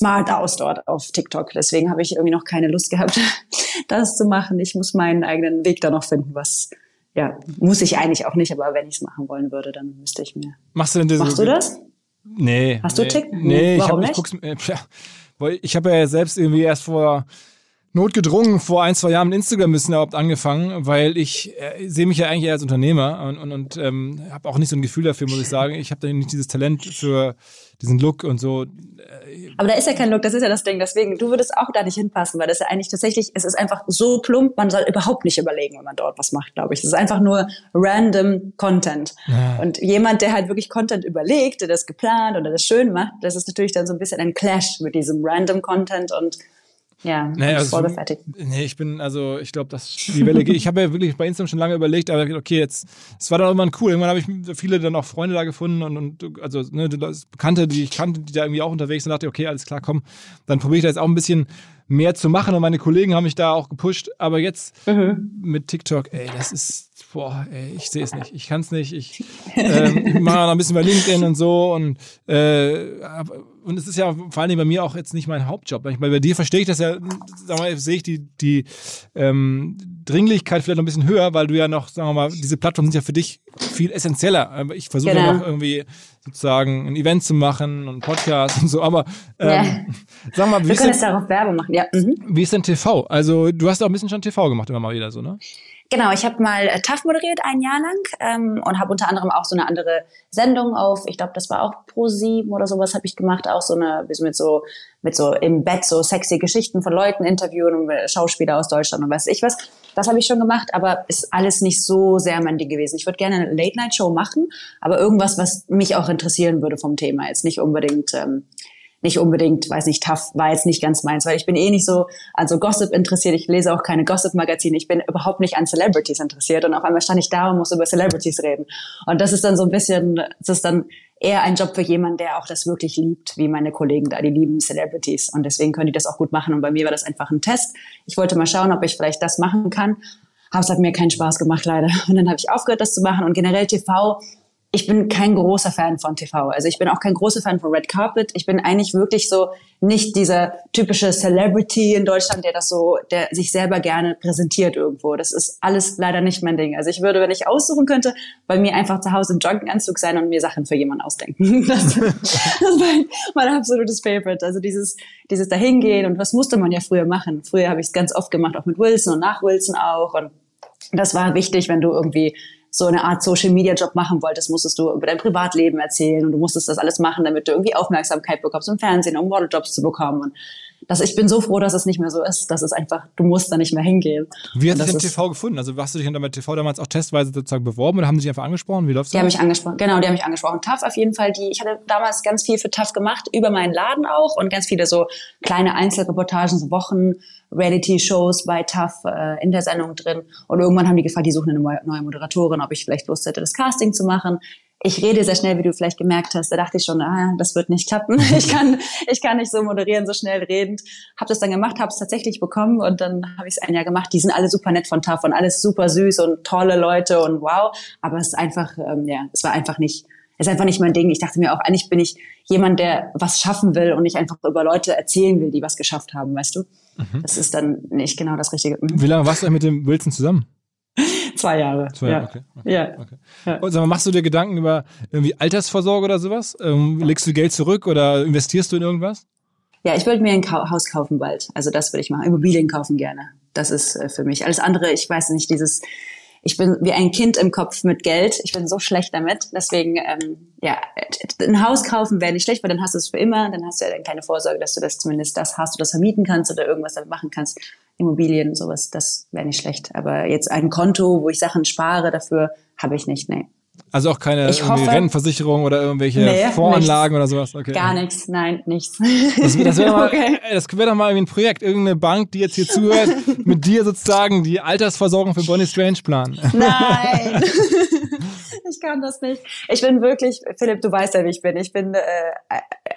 smart aus dort auf TikTok. Deswegen habe ich irgendwie noch keine Lust gehabt, das zu machen. Ich muss meinen eigenen Weg da noch finden, was, ja, muss ich eigentlich auch nicht, aber wenn ich es machen wollen würde, dann müsste ich mir. Machst du denn diese, Machst du das? Nee. Hast nee, du TikTok? Nee, Warum ich, hab, ich guck's, ja, weil ich habe ja selbst irgendwie erst vor notgedrungen vor ein, zwei Jahren mit Instagram bisschen überhaupt angefangen, weil ich äh, sehe mich ja eigentlich eher als Unternehmer und, und, und ähm, habe auch nicht so ein Gefühl dafür, muss ich sagen. Ich habe da nicht dieses Talent für diesen Look und so. Aber da ist ja kein Look, das ist ja das Ding. Deswegen, du würdest auch da nicht hinpassen, weil das ja eigentlich tatsächlich, es ist einfach so plump, man soll überhaupt nicht überlegen, wenn man dort was macht, glaube ich. Es ist einfach nur random Content. Ja. Und jemand, der halt wirklich Content überlegt, der das geplant oder das schön macht, das ist natürlich dann so ein bisschen ein Clash mit diesem random Content und ja, nee, also vorgefertigt. Nee, ich bin, also ich glaube, dass die Welle geht. Ich habe ja wirklich bei Instagram schon lange überlegt, aber okay, jetzt, es war dann irgendwann cool. Irgendwann habe ich viele dann auch Freunde da gefunden und, und also ne, Bekannte, die ich kannte, die da irgendwie auch unterwegs sind, und dachte, okay, alles klar, komm, dann probiere ich da jetzt auch ein bisschen mehr zu machen und meine Kollegen haben mich da auch gepusht, aber jetzt mhm. mit TikTok, ey, das ist, boah, ey, ich sehe es nicht, ich kann es nicht, ich, ähm, ich mache noch ein bisschen bei LinkedIn und so und äh, und es ist ja vor allen Dingen bei mir auch jetzt nicht mein Hauptjob, weil bei dir verstehe ich das ja, sag mal, sehe ich die, die ähm, Dringlichkeit vielleicht noch ein bisschen höher, weil du ja noch, sagen wir mal, diese Plattformen sind ja für dich viel essentieller, aber ich versuche genau. ja noch irgendwie sozusagen ein Event zu machen und einen Podcast und so, aber ähm, ja. sag mal, wie wir ist können denn, jetzt darauf Werbung machen, ja. Mhm. Wie ist denn T V? Also du hast auch ein bisschen schon T V gemacht, immer mal wieder so, ne? Genau, ich habe mal äh, T A F moderiert ein Jahr lang ähm, und habe unter anderem auch so eine andere Sendung auf, ich glaube, das war auch Pro sieben oder sowas habe ich gemacht, auch so eine, mit so mit so im Bett so sexy Geschichten von Leuten interviewen und Schauspieler aus Deutschland und weiß ich was. Das habe ich schon gemacht, aber ist alles nicht so sehr mein Ding gewesen. Ich würde gerne eine Late-Night-Show machen, aber irgendwas, was mich auch interessieren würde vom Thema. Jetzt nicht unbedingt... Ähm, nicht unbedingt, weiß nicht, T A F war jetzt nicht ganz meins, weil ich bin eh nicht so an so Gossip interessiert. Ich lese auch keine Gossip-Magazine. Ich bin überhaupt nicht an Celebrities interessiert. Und auf einmal stand ich da und muss über Celebrities reden. Und das ist dann so ein bisschen, das ist dann eher ein Job für jemanden, der auch das wirklich liebt, wie meine Kollegen da. Die lieben Celebrities. Und deswegen können die das auch gut machen. Und bei mir war das einfach ein Test. Ich wollte mal schauen, ob ich vielleicht das machen kann. Aber es hat mir keinen Spaß gemacht, leider. Und dann habe ich aufgehört, das zu machen. Und generell T V, ich bin kein großer Fan von T V. Also ich bin auch kein großer Fan von Red Carpet. Ich bin eigentlich wirklich so nicht dieser typische Celebrity in Deutschland, der das so, der sich selber gerne präsentiert irgendwo. Das ist alles leider nicht mein Ding. Also ich würde, wenn ich aussuchen könnte, bei mir einfach zu Hause im Jogginganzug sein und mir Sachen für jemanden ausdenken. Das, das ist mein, mein absolutes Favorite. Also dieses, dieses Dahingehen und was musste man ja früher machen. Früher habe ich es ganz oft gemacht, auch mit Wilson und nach Wilson auch. Und das war wichtig, wenn du irgendwie so eine Art Social-Media-Job machen wolltest, musstest du über dein Privatleben erzählen und du musstest das alles machen, damit du irgendwie Aufmerksamkeit bekommst im Fernsehen, um Modeljobs zu bekommen. Und das, ich bin so froh, dass es nicht mehr so ist. Das ist einfach, du musst da nicht mehr hingehen. Wie hast du dich im T V gefunden? Also hast du dich dann bei T V damals auch testweise sozusagen beworben oder haben sie dich einfach angesprochen? Wie läuft's? Die haben mich angesprochen, genau, die haben mich angesprochen. T A F auf jeden Fall, die, ich hatte damals ganz viel für T A F gemacht, über meinen Laden auch und ganz viele so kleine Einzelreportagen, so Wochen, Reality-Shows bei T A F äh, in der Sendung drin. Und irgendwann haben die gefragt, die suchen eine neue Moderatorin, ob ich vielleicht Lust hätte, das Casting zu machen. Ich rede sehr schnell, wie du vielleicht gemerkt hast. Da dachte ich schon, ah, das wird nicht klappen. Ich kann, ich kann nicht so moderieren, so schnell redend. Hab das dann gemacht, habe es tatsächlich bekommen und dann habe ich es ein Jahr gemacht. Die sind alle super nett von T A F und alles super süß und tolle Leute und wow. Aber es ist einfach, ähm, ja, es war einfach nicht, es ist einfach nicht mein Ding. Ich dachte mir auch, eigentlich bin ich jemand, der was schaffen will und nicht einfach über Leute erzählen will, die was geschafft haben, weißt du? Mhm. Das ist dann nicht genau das Richtige. Mhm. Wie lange warst du mit dem Wilson zusammen? Zwei Jahre. Zwei Jahre, ja. okay. okay. Ja. okay. Ja. Und sag mal, machst du dir Gedanken über irgendwie Altersvorsorge oder sowas? Ähm, legst du Geld zurück oder investierst du in irgendwas? Ja, ich würde mir ein Ka- Haus kaufen bald. Also das würde ich machen. Immobilien kaufen gerne. Das ist äh, für mich. Alles andere, ich weiß nicht, dieses, ich bin wie ein Kind im Kopf mit Geld. Ich bin so schlecht damit. Deswegen, ähm, ja, ein Haus kaufen wäre nicht schlecht, weil dann hast du es für immer. Dann hast du ja dann keine Vorsorge, dass du das zumindest das hast, du das vermieten kannst oder irgendwas damit machen kannst. Immobilien, sowas, das wäre nicht schlecht. Aber jetzt ein Konto, wo ich Sachen spare, dafür habe ich nicht, nee. Also auch keine hoffe, Rentenversicherung oder irgendwelche nee, Voranlagen nichts. oder sowas? Okay. Gar nichts, nein, nichts. Das, das wäre doch mal, okay. wär doch mal irgendwie ein Projekt. Irgendeine Bank, die jetzt hier zuhört, mit dir sozusagen die Altersversorgung für Bonnie Strange planen. Nein, ich kann das nicht. Ich bin wirklich, Philipp, du weißt ja, wie ich bin. Ich bin äh,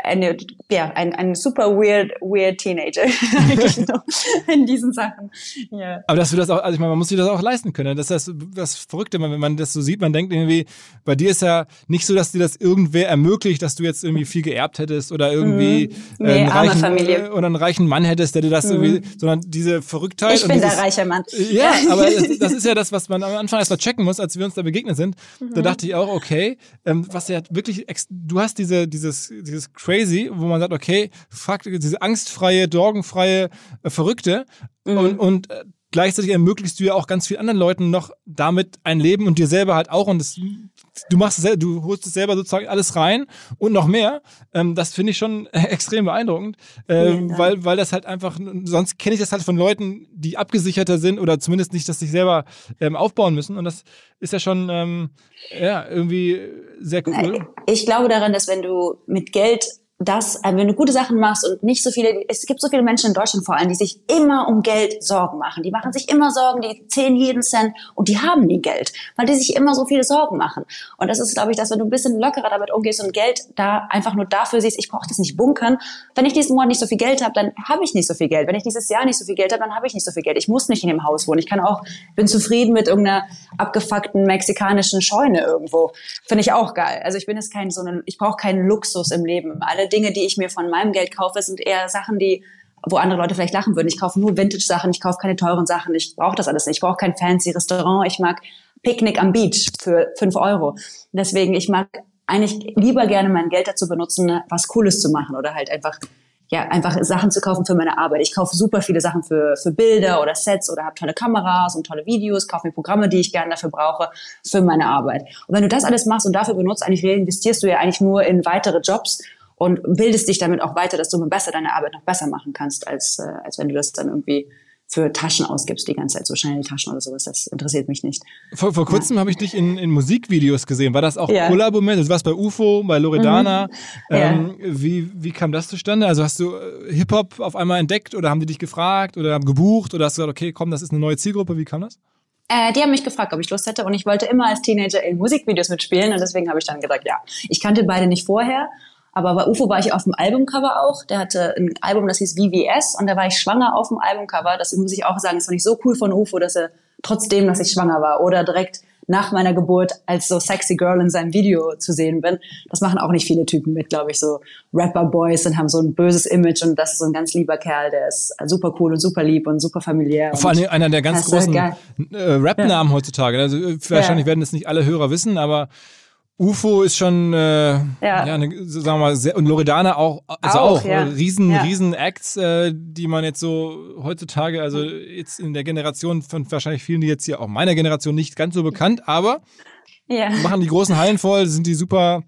eine, ja, ein, ein super weird, weird Teenager eigentlich noch in diesen Sachen. Ja. Aber dass du das auch, also ich meine, man muss sich das auch leisten können. Das ist das, das Verrückte, wenn man das so sieht, man denkt irgendwie, bei dir ist ja nicht so, dass dir das irgendwer ermöglicht, dass du jetzt irgendwie viel geerbt hättest oder irgendwie mm, nee, äh, einen reichen, Familie. oder einen reichen Mann hättest, der dir das mm. irgendwie, sondern diese Verrücktheit. Ich und bin dieses, der reiche Mann. Ja, aber das, das ist ja das, was man am Anfang erstmal checken muss, als wir uns da begegnet sind. Mhm. Da dachte ich auch, okay, ähm, was ja wirklich, ex- du hast diese, dieses, dieses Crazy, wo man sagt, okay, fuck, diese angstfreie, sorgenfreie, äh, Verrückte mhm. und, und äh, gleichzeitig ermöglichst du ja auch ganz vielen anderen Leuten noch damit ein Leben und dir selber halt auch und das, du machst es, du holst es selber sozusagen alles rein und noch mehr. Ähm, das finde ich schon extrem beeindruckend, äh, weil, weil das halt einfach, sonst kenne ich das halt von Leuten, die abgesicherter sind oder zumindest nicht, dass sich selber ähm, aufbauen müssen und das ist ja schon ähm, ja, irgendwie sehr cool. Ich glaube daran, dass wenn du mit Geld das, wenn du gute Sachen machst und nicht so viele, es gibt so viele Menschen in Deutschland vor allem, die sich immer um Geld Sorgen machen. Die machen sich immer Sorgen, die zählen jeden Cent und die haben nie Geld, weil die sich immer so viele Sorgen machen. Und das ist, glaube ich, dass wenn du ein bisschen lockerer damit umgehst und Geld da einfach nur dafür siehst, ich brauche das nicht bunkern. Wenn ich diesen Monat nicht so viel Geld habe, dann habe ich nicht so viel Geld. Wenn ich dieses Jahr nicht so viel Geld habe, dann habe ich nicht so viel Geld. Ich muss nicht in dem Haus wohnen. Ich kann auch, bin zufrieden mit irgendeiner abgefuckten mexikanischen Scheune irgendwo. Finde ich auch geil. Also ich bin jetzt kein so ein, ich brauche keinen Luxus im Leben. Alle Dinge, die ich mir von meinem Geld kaufe, sind eher Sachen, die, wo andere Leute vielleicht lachen würden. Ich kaufe nur Vintage-Sachen, ich kaufe keine teuren Sachen, ich brauche das alles nicht. Ich brauche kein fancy Restaurant, ich mag Picknick am Beach für fünf Euro. Deswegen, ich mag eigentlich lieber gerne mein Geld dazu benutzen, was Cooles zu machen oder halt einfach, ja, einfach Sachen zu kaufen für meine Arbeit. Ich kaufe super viele Sachen für, für Bilder oder Sets oder habe tolle Kameras und tolle Videos, kaufe mir Programme, die ich gerne dafür brauche, für meine Arbeit. Und wenn du das alles machst und dafür benutzt, eigentlich reinvestierst du ja eigentlich nur in weitere Jobs und bildest dich damit auch weiter, dass du besser deine Arbeit noch besser machen kannst, als, äh, als wenn du das dann irgendwie für Taschen ausgibst die ganze Zeit, so Chanel-Taschen oder sowas. Das interessiert mich nicht. Vor, vor kurzem ja. habe ich dich in, in Musikvideos gesehen. War das auch ja. Kollabo-Moment? Du warst bei U F O, bei Loredana. Mhm. Ähm, ja. wie, wie kam das zustande? Also hast du Hip-Hop auf einmal entdeckt oder haben die dich gefragt oder haben gebucht oder hast du gesagt, okay, komm, das ist eine neue Zielgruppe. Wie kam das? Äh, die haben mich gefragt, ob ich Lust hätte und ich wollte immer als Teenager in Musikvideos mitspielen und deswegen habe ich dann gesagt, ja. Ich kannte beide nicht vorher. Aber bei U F O war ich auf dem Albumcover auch. Der hatte ein Album, das hieß V V S und da war ich schwanger auf dem Albumcover. Das muss ich auch sagen, das fand ich so cool von U F O, dass er trotzdem, dass ich schwanger war oder direkt nach meiner Geburt als so sexy Girl in seinem Video zu sehen bin. Das machen auch nicht viele Typen mit, glaube ich, so Rapper-Boys und haben so ein böses Image und das ist so ein ganz lieber Kerl, der ist super cool und super lieb und super familiär. Vor allem einer der ganz großen äh, Rap-Namen ja. heutzutage. Also wahrscheinlich ja. werden das nicht alle Hörer wissen, aber U F O ist schon, äh, ja, ja eine, sagen wir mal, sehr, und Loredana auch, also auch, auch ja. riesen, ja. riesen Acts, äh, die man jetzt so heutzutage, also jetzt in der Generation von wahrscheinlich vielen, die jetzt hier auch meiner Generation nicht ganz so bekannt, aber ja. machen die großen Hallen voll, sind die super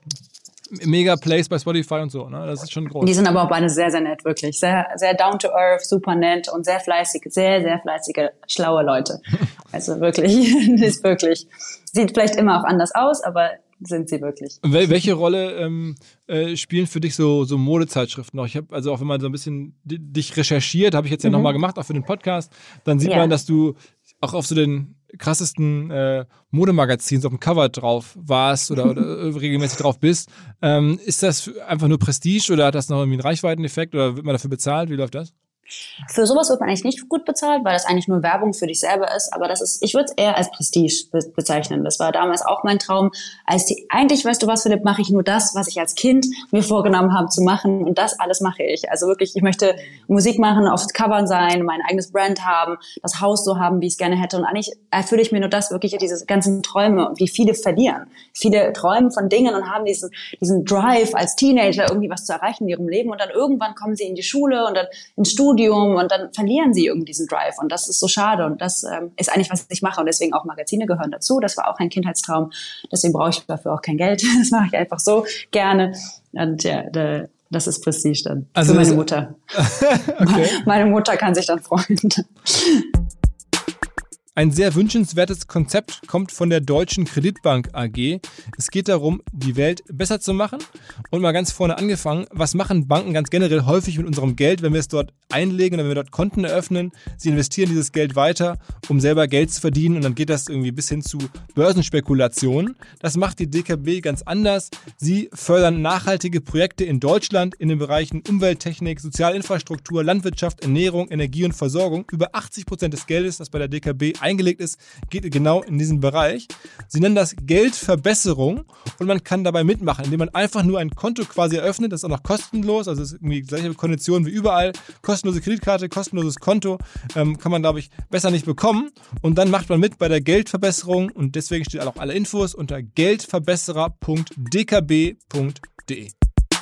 mega Plays bei Spotify und so, ne? Das ist schon groß. Die sind aber auch beide sehr, sehr nett, wirklich. Sehr, sehr down to earth, super nett und sehr fleißig, sehr, sehr fleißige, schlaue Leute. Also wirklich, ist wirklich, sieht vielleicht immer auch anders aus, aber sind sie wirklich. Wel- welche Rolle ähm, äh, spielen für dich so, so Modezeitschriften noch? Ich habe, also auch wenn man so ein bisschen d- dich recherchiert, habe ich jetzt ja mhm. nochmal gemacht, auch für den Podcast, dann sieht ja. man, dass du auch auf so den krassesten äh, Modemagazins auf dem Cover drauf warst oder, oder regelmäßig drauf bist. Ähm, ist das einfach nur Prestige oder hat das noch irgendwie einen Reichweiteneffekt oder wird man dafür bezahlt? Wie läuft das? Für sowas wird man eigentlich nicht gut bezahlt, weil das eigentlich nur Werbung für dich selber ist. Aber das ist, ich würde es eher als Prestige be- bezeichnen. Das war damals auch mein Traum. Als die, eigentlich, weißt du was, Philipp, mache ich nur das, was ich als Kind mir vorgenommen habe zu machen. Und das alles mache ich. Also wirklich, ich möchte Musik machen, auf Covern sein, mein eigenes Brand haben, das Haus so haben, wie ich es gerne hätte. Und eigentlich erfülle ich mir nur das, wirklich diese ganzen Träume, wie viele verlieren. Viele träumen von Dingen und haben diesen, diesen Drive als Teenager, irgendwie was zu erreichen in ihrem Leben. Und dann irgendwann kommen sie in die Schule und dann ins Studium. Und dann verlieren sie irgendwie diesen Drive und das ist so schade und das ähm, ist eigentlich, was ich mache und deswegen auch Magazine gehören dazu, das war auch ein Kindheitstraum, deswegen brauche ich dafür auch kein Geld, das mache ich einfach so gerne und ja, da, das ist Prestige dann also für meine Mutter. Okay. Meine Mutter kann sich dann freuen. Ein sehr wünschenswertes Konzept kommt von der Deutschen Kreditbank A G. Es geht darum, die Welt besser zu machen. Und mal ganz vorne angefangen, was machen Banken ganz generell häufig mit unserem Geld, wenn wir es dort einlegen oder wenn wir dort Konten eröffnen? Sie investieren dieses Geld weiter, um selber Geld zu verdienen und dann geht das irgendwie bis hin zu Börsenspekulationen. Das macht die D K B ganz anders. Sie fördern nachhaltige Projekte in Deutschland in den Bereichen Umwelttechnik, Sozialinfrastruktur, Landwirtschaft, Ernährung, Energie und Versorgung. Über achtzig Prozent des Geldes, das bei der D K B eingelegt ist, geht genau in diesen Bereich. Sie nennen das Geldverbesserung und man kann dabei mitmachen, indem man einfach nur ein Konto quasi eröffnet. Das ist auch noch kostenlos, also es ist irgendwie gleiche Konditionen wie überall. Kostenlose Kreditkarte, kostenloses Konto, ähm, kann man, glaube ich, besser nicht bekommen. Und dann macht man mit bei der Geldverbesserung und deswegen steht auch alle Infos unter geldverbesserer punkt d k b punkt d e.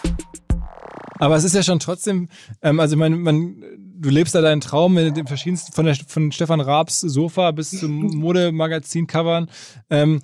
Aber es ist ja schon trotzdem, ähm, also ich meine, man, du lebst da deinen Traum mit den verschiedensten, von, der, von Stefan Raabs Sofa bis zum Modemagazin-Covern. Ähm,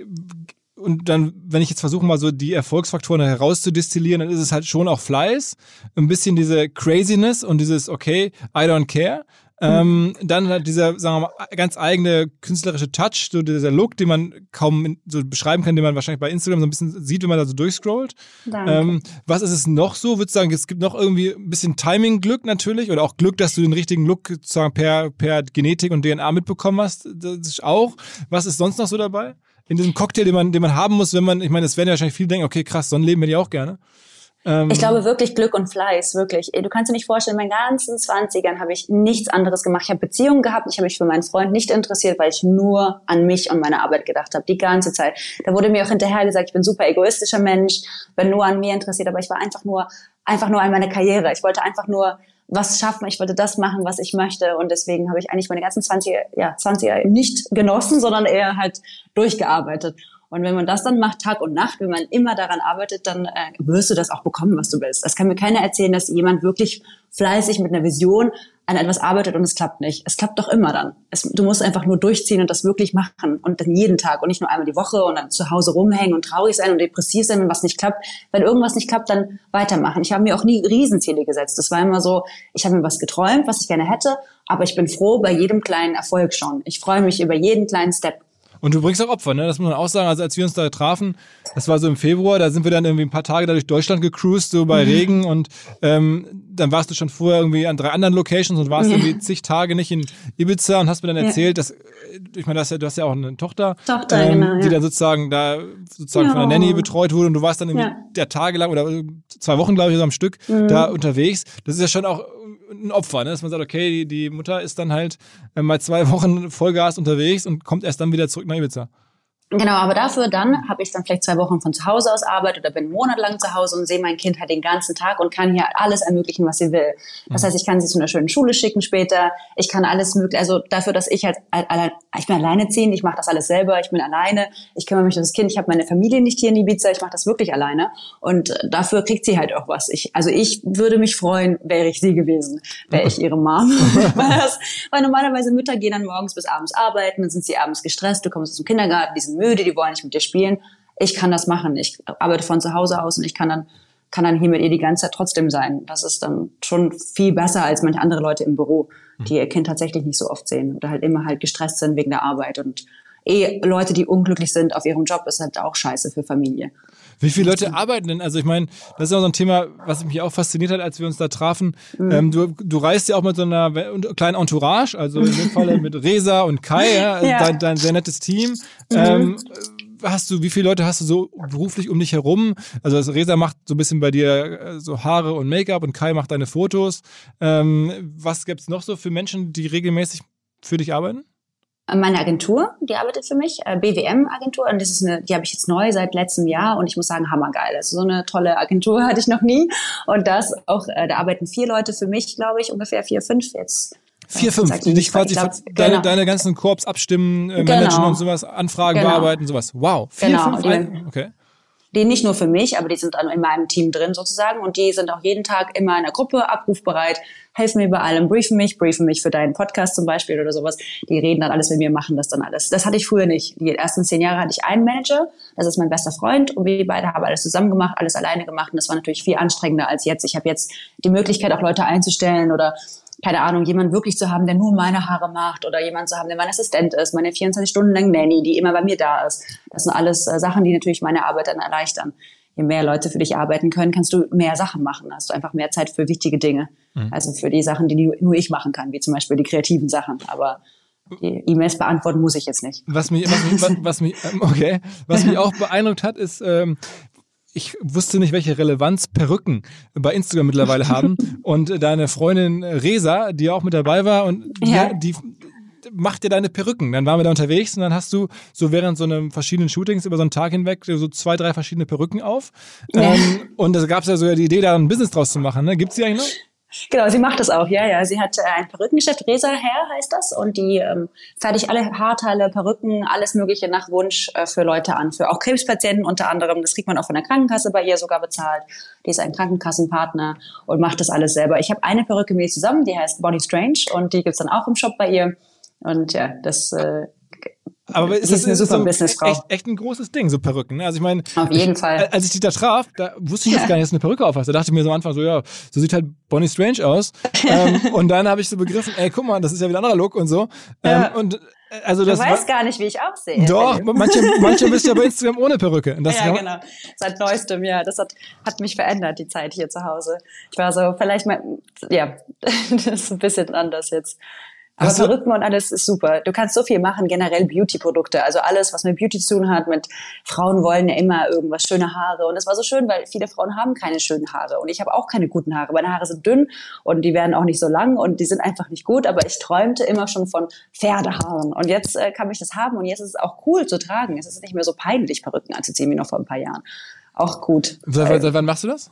und dann, wenn ich jetzt versuche, mal so die Erfolgsfaktoren herauszudestillieren, dann ist es halt schon auch Fleiß, ein bisschen diese Craziness und dieses, okay, I don't care. Ähm, dann halt dieser, sagen wir mal, ganz eigene künstlerische Touch, so dieser Look, den man kaum so beschreiben kann, den man wahrscheinlich bei Instagram so ein bisschen sieht, wenn man da so durchscrollt. Ähm, was ist es noch so? Würdest du sagen, es gibt noch irgendwie ein bisschen Timing-Glück natürlich oder auch Glück, dass du den richtigen Look sozusagen per, per Genetik und D N A mitbekommen hast? Das ist auch. Was ist sonst noch so dabei? In diesem Cocktail, den man, den man haben muss, wenn man, ich meine, es werden ja wahrscheinlich viele denken, okay, krass, so ein Leben hätte ich auch gerne. Ähm, ich glaube wirklich Glück und Fleiß, wirklich. Du kannst dir nicht vorstellen, in meinen ganzen Zwanzigern habe ich nichts anderes gemacht. Ich habe Beziehungen gehabt, ich habe mich für meinen Freund nicht interessiert, weil ich nur an mich und meine Arbeit gedacht habe, die ganze Zeit. Da wurde mir auch hinterher gesagt, ich bin ein super egoistischer Mensch, bin nur an mir interessiert, aber ich war einfach nur, einfach nur an meiner Karriere. Ich wollte einfach nur was schaffen, ich wollte das machen, was ich möchte und deswegen habe ich eigentlich meine ganzen zwanziger, ja, zwanziger nicht genossen, sondern eher halt durchgearbeitet. Und wenn man das dann macht, Tag und Nacht, wenn man immer daran arbeitet, dann äh, wirst du das auch bekommen, was du willst. Das kann mir keiner erzählen, dass jemand wirklich fleißig mit einer Vision an etwas arbeitet und es klappt nicht. Es klappt doch immer dann. Es, du musst einfach nur durchziehen und das wirklich machen und dann jeden Tag und nicht nur einmal die Woche und dann zu Hause rumhängen und traurig sein und depressiv sein, wenn was nicht klappt. Wenn irgendwas nicht klappt, dann weitermachen. Ich habe mir auch nie Riesenziele gesetzt. Das war immer so, ich habe mir was geträumt, was ich gerne hätte, aber ich bin froh bei jedem kleinen Erfolg schon. Ich freue mich über jeden kleinen Step. Und du bringst auch Opfer, ne? Das muss man auch sagen. Also als wir uns da trafen, das war so im Februar, da sind wir dann irgendwie ein paar Tage da durch Deutschland gecruised, so bei mhm. Regen und ähm, dann warst du schon vorher irgendwie an drei anderen Locations und warst ja. irgendwie zig Tage nicht in Ibiza und hast mir dann erzählt, ja. dass, ich meine, du hast ja auch eine Tochter, Tochter ähm, genau, ja. die dann sozusagen da sozusagen ja. von der Nanny betreut wurde und du warst dann irgendwie ja. der Tage lang oder zwei Wochen, glaube ich, so am Stück mhm. da unterwegs. Das ist ja schon auch ein Opfer, ne? Dass man sagt, okay, die, die Mutter ist dann halt äh, mal zwei Wochen Vollgas unterwegs und kommt erst dann wieder zurück nach Ibiza. Genau, aber dafür dann habe ich dann vielleicht zwei Wochen von zu Hause aus Arbeit oder bin einen Monat lang zu Hause und sehe mein Kind halt den ganzen Tag und kann hier alles ermöglichen, was sie will. Das heißt, ich kann sie zu einer schönen Schule schicken später. Ich kann alles mögliche, also dafür, dass ich halt allein, ich bin alleinerziehend, ich mache das alles selber, ich bin alleine, ich kümmere mich um das Kind, ich habe meine Familie nicht hier in Ibiza, ich mache das wirklich alleine und dafür kriegt sie halt auch was. Ich, also ich würde mich freuen, wäre ich sie gewesen, wäre ich ihre Mom. weil, das, weil normalerweise Mütter gehen dann morgens bis abends arbeiten, dann sind sie abends gestresst, du kommst aus dem Kindergarten, die sind müde, die wollen nicht mit dir spielen. Ich kann das machen. Ich arbeite von zu Hause aus und ich kann dann, kann dann hier mit ihr die ganze Zeit trotzdem sein. Das ist dann schon viel besser als manche andere Leute im Büro, die ihr Kind tatsächlich nicht so oft sehen oder halt immer halt gestresst sind wegen der Arbeit. Und eh Leute, die unglücklich sind auf ihrem Job, ist halt auch scheiße für Familie. Wie viele Leute arbeiten denn? Also ich meine, das ist auch so ein Thema, was mich auch fasziniert hat, als wir uns da trafen. Mhm. Ähm, du, du reist ja auch mit so einer kleinen Entourage, also in dem Fall mit Reza und Kai, ja, ja. Dein, dein sehr nettes Team. Mhm. Ähm, hast du, wie viele Leute hast du so beruflich um dich herum? Also das Reza macht so ein bisschen bei dir so Haare und Make-up und Kai macht deine Fotos. Ähm, was gibt's noch so für Menschen, die regelmäßig für dich arbeiten? Meine Agentur, die arbeitet für mich, B W M-Agentur, und das ist eine, die habe ich jetzt neu seit letztem Jahr und ich muss sagen, hammergeil. Also so eine tolle Agentur hatte ich noch nie und das auch, da arbeiten vier Leute für mich, glaube ich, ungefähr vier, fünf jetzt. Vier, fünf, die dich quasi glaub, deine, genau. deine ganzen Korps abstimmen, äh, managen genau. und sowas, Anfragen genau. bearbeiten, sowas. Wow, vier, genau. fünf, ein, okay. Die nicht nur für mich, aber die sind dann in meinem Team drin sozusagen und die sind auch jeden Tag immer in der Gruppe abrufbereit, helfen mir bei allem, briefen mich, briefen mich für deinen Podcast zum Beispiel oder sowas. Die reden dann alles mit mir, machen das dann alles. Das hatte ich früher nicht. Die ersten zehn Jahre hatte ich einen Manager, das ist mein bester Freund und wir beide haben alles zusammen gemacht, alles alleine gemacht und das war natürlich viel anstrengender als jetzt. Ich habe jetzt die Möglichkeit, auch Leute einzustellen oder keine Ahnung, jemand wirklich zu haben, der nur meine Haare macht oder jemand zu haben, der mein Assistent ist, meine vierundzwanzig Stunden lang Nanny, die immer bei mir da ist. Das sind alles äh, Sachen, die natürlich meine Arbeit dann erleichtern. Je mehr Leute für dich arbeiten können, kannst du mehr Sachen machen. Hast du einfach mehr Zeit für wichtige Dinge. Mhm. Also für die Sachen, die nur ich machen kann, wie zum Beispiel die kreativen Sachen. Aber die E-Mails beantworten muss ich jetzt nicht. Was mich, was mich, was, was mich, okay, was mich auch beeindruckt hat, ist, ähm, ich wusste nicht, welche Relevanz Perücken bei Instagram mittlerweile haben. Und deine Freundin Resa, die auch mit dabei war, und die, ja. die macht dir deine Perücken. Dann waren wir da unterwegs und dann hast du so während so einem verschiedenen Shootings über so einen Tag hinweg so zwei, drei verschiedene Perücken auf. Ja. Ähm, und da gab es ja so die Idee, da ein Business draus zu machen. Ne? Gibt es die eigentlich noch? Genau, sie macht das auch, ja, ja. Sie hat äh, ein Perückengeschäft, Resa Hair heißt das, und die ähm, fertigt alle Haarteile, Perücken, alles Mögliche nach Wunsch äh, für Leute an, für auch Krebspatienten unter anderem. Das kriegt man auch von der Krankenkasse bei ihr sogar bezahlt. Die ist ein Krankenkassenpartner und macht das alles selber. Ich habe eine Perücke mit ihr zusammen, die heißt Bonnie Strange, und die gibt's dann auch im Shop bei ihr. Und ja, das äh, Aber ist das, ist eine ist super so Businessfrau. Echt, echt ein großes Ding, so Perücken. Ne? Also ich meine, auf jeden ich, Fall. Als ich dich da traf, da wusste ich jetzt gar nicht, dass du eine Perücke auf hast. Da dachte ich mir so am Anfang so, ja, so sieht halt Bonnie Strange aus. ähm, und dann habe ich so begriffen, ey, guck mal, das ist ja wieder ein anderer Look und so. Ähm, ja. und also das du weißt gar nicht, wie ich aussehe. Doch, manche, manche bist ja bei Instagram ohne Perücke. Und das ja, genau. Seit neuestem, ja. Das hat, hat mich verändert, die Zeit hier zu Hause. Ich war so, vielleicht mal, ja, das ist ein bisschen anders jetzt. Aber Perücken und alles ist super. Du kannst so viel machen, generell Beauty-Produkte. Also alles, was mit Beauty zu tun hat, mit Frauen wollen ja immer irgendwas, schöne Haare. Und das war so schön, weil viele Frauen haben keine schönen Haare. Und ich habe auch keine guten Haare. Meine Haare sind dünn und die werden auch nicht so lang und die sind einfach nicht gut. Aber ich träumte immer schon von Pferdehaaren. Und jetzt äh, kann ich das haben und jetzt ist es auch cool zu tragen. Es ist nicht mehr so peinlich, Perücken anzuziehen wie noch vor ein paar Jahren. Auch gut. Seit, seit wann machst du das?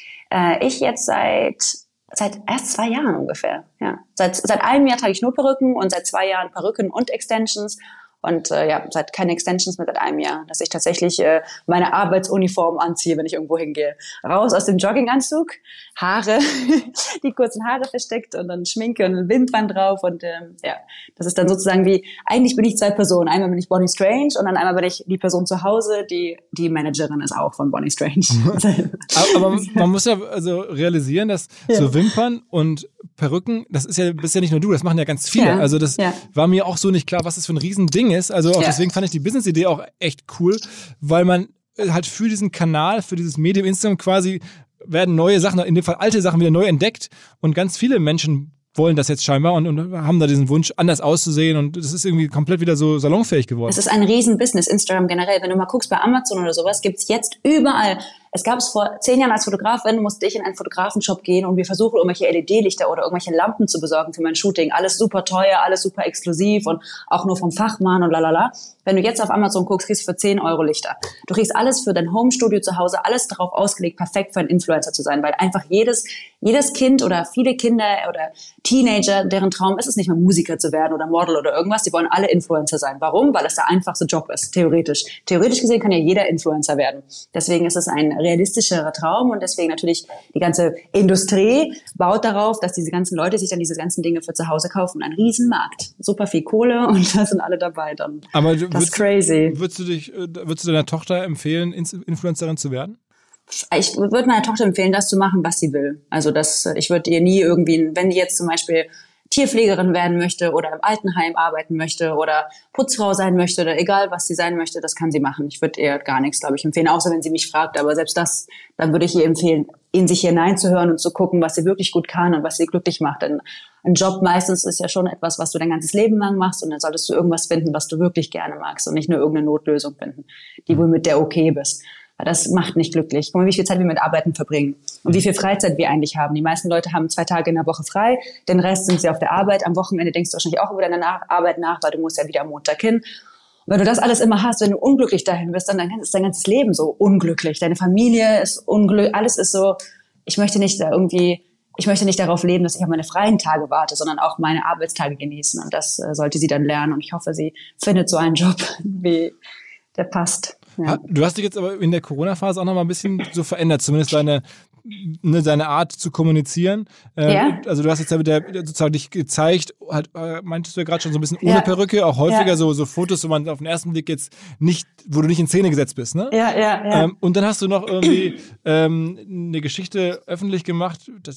Äh, ich jetzt seit... Seit erst zwei Jahren ungefähr, ja. Seit, seit einem Jahr trage ich nur Perücken und seit zwei Jahren Perücken und Extensions. Und äh, ja, seit keine Extensions mehr, seit einem Jahr, dass ich tatsächlich äh, meine Arbeitsuniform anziehe, wenn ich irgendwo hingehe. Raus aus dem Jogginganzug, Haare, die kurzen Haare versteckt und dann Schminke und ein Wimpern drauf. Und ähm, ja, das ist dann sozusagen wie, eigentlich bin ich zwei Personen. Einmal bin ich Bonnie Strange und dann einmal bin ich die Person zu Hause, die die Managerin ist auch von Bonnie Strange. aber, aber man muss ja also realisieren, dass ja. so Wimpern und Perücken, das ist ja, bist ja nicht nur du, das machen ja ganz viele. Ja. Also das ja. war mir auch so nicht klar, was das für ein Riesending ist. Also auch ja. deswegen fand ich die Business-Idee auch echt cool, weil man halt für diesen Kanal, für dieses Medium Instagram quasi werden neue Sachen, in dem Fall alte Sachen wieder neu entdeckt und ganz viele Menschen wollen das jetzt scheinbar und, und haben da diesen Wunsch, anders auszusehen und das ist irgendwie komplett wieder so salonfähig geworden. Es ist ein Riesen-Business, Instagram generell. Wenn du mal guckst bei Amazon oder sowas, gibt's jetzt überall. Es gab es vor zehn Jahren als Fotografin, musste ich in einen Fotografenshop gehen und wir versuchen, irgendwelche L E D-Lichter oder irgendwelche Lampen zu besorgen für mein Shooting. Alles super teuer, alles super exklusiv und auch nur vom Fachmann und lalala. Wenn du jetzt auf Amazon guckst, kriegst du für zehn Euro Lichter. Du kriegst alles für dein Homestudio zu Hause, alles darauf ausgelegt, perfekt für einen Influencer zu sein, weil einfach jedes, jedes Kind oder viele Kinder oder Teenager, deren Traum ist es nicht mehr Musiker zu werden oder Model oder irgendwas, die wollen alle Influencer sein. Warum? Weil es der einfachste Job ist, theoretisch. Theoretisch gesehen kann ja jeder Influencer werden. Deswegen ist es ein realistischerer Traum und deswegen natürlich die ganze Industrie baut darauf, dass diese ganzen Leute sich dann diese ganzen Dinge für zu Hause kaufen. Ein Riesenmarkt. Super viel Kohle und da sind alle dabei dann. Aber das würdest, ist crazy. Würdest du dich, würdest du deiner Tochter empfehlen, Influencerin zu werden? Ich würde meiner Tochter empfehlen, das zu machen, was sie will. Also das, ich würde ihr nie irgendwie, wenn die jetzt zum Beispiel Tierpflegerin werden möchte oder im Altenheim arbeiten möchte oder Putzfrau sein möchte oder egal, was sie sein möchte, das kann sie machen. Ich würde ihr gar nichts, glaube ich, empfehlen, außer wenn sie mich fragt. Aber selbst das, dann würde ich ihr empfehlen, in sich hineinzuhören und zu gucken, was sie wirklich gut kann und was sie glücklich macht. Denn ein Job meistens ist ja schon etwas, was du dein ganzes Leben lang machst und dann solltest du irgendwas finden, was du wirklich gerne magst und nicht nur irgendeine Notlösung finden, die wohl mit der okay bist. Das macht nicht glücklich. Guck mal, wie viel Zeit wir mit Arbeiten verbringen und wie viel Freizeit wir eigentlich haben. Die meisten Leute haben zwei Tage in der Woche frei, den Rest sind sie auf der Arbeit. Am Wochenende denkst du wahrscheinlich auch über deine Nach- Arbeit nach, weil du musst ja wieder am Montag hin. Und wenn du das alles immer hast, wenn du unglücklich dahin bist, dann ist dein ganzes Leben so unglücklich. Deine Familie ist unglücklich, alles ist so, ich möchte nicht da irgendwie, ich möchte nicht darauf leben, dass ich auf meine freien Tage warte, sondern auch meine Arbeitstage genießen. Und das äh, sollte sie dann lernen. Und ich hoffe, sie findet so einen Job, wie der passt. Ja. Du hast dich jetzt aber in der Corona-Phase auch noch mal ein bisschen so verändert, zumindest deine, ne, deine Art zu kommunizieren. Ähm, ja. Also du hast jetzt ja mit der, sozusagen dich gezeigt, halt, äh, meintest du ja gerade schon so ein bisschen ohne ja. Perücke, auch häufiger ja. so, so Fotos, wo man auf den ersten Blick jetzt nicht, wo du nicht in Szene gesetzt bist, ne? Ja, ja, ja. Ähm, und dann hast du noch irgendwie ähm, eine Geschichte öffentlich gemacht, das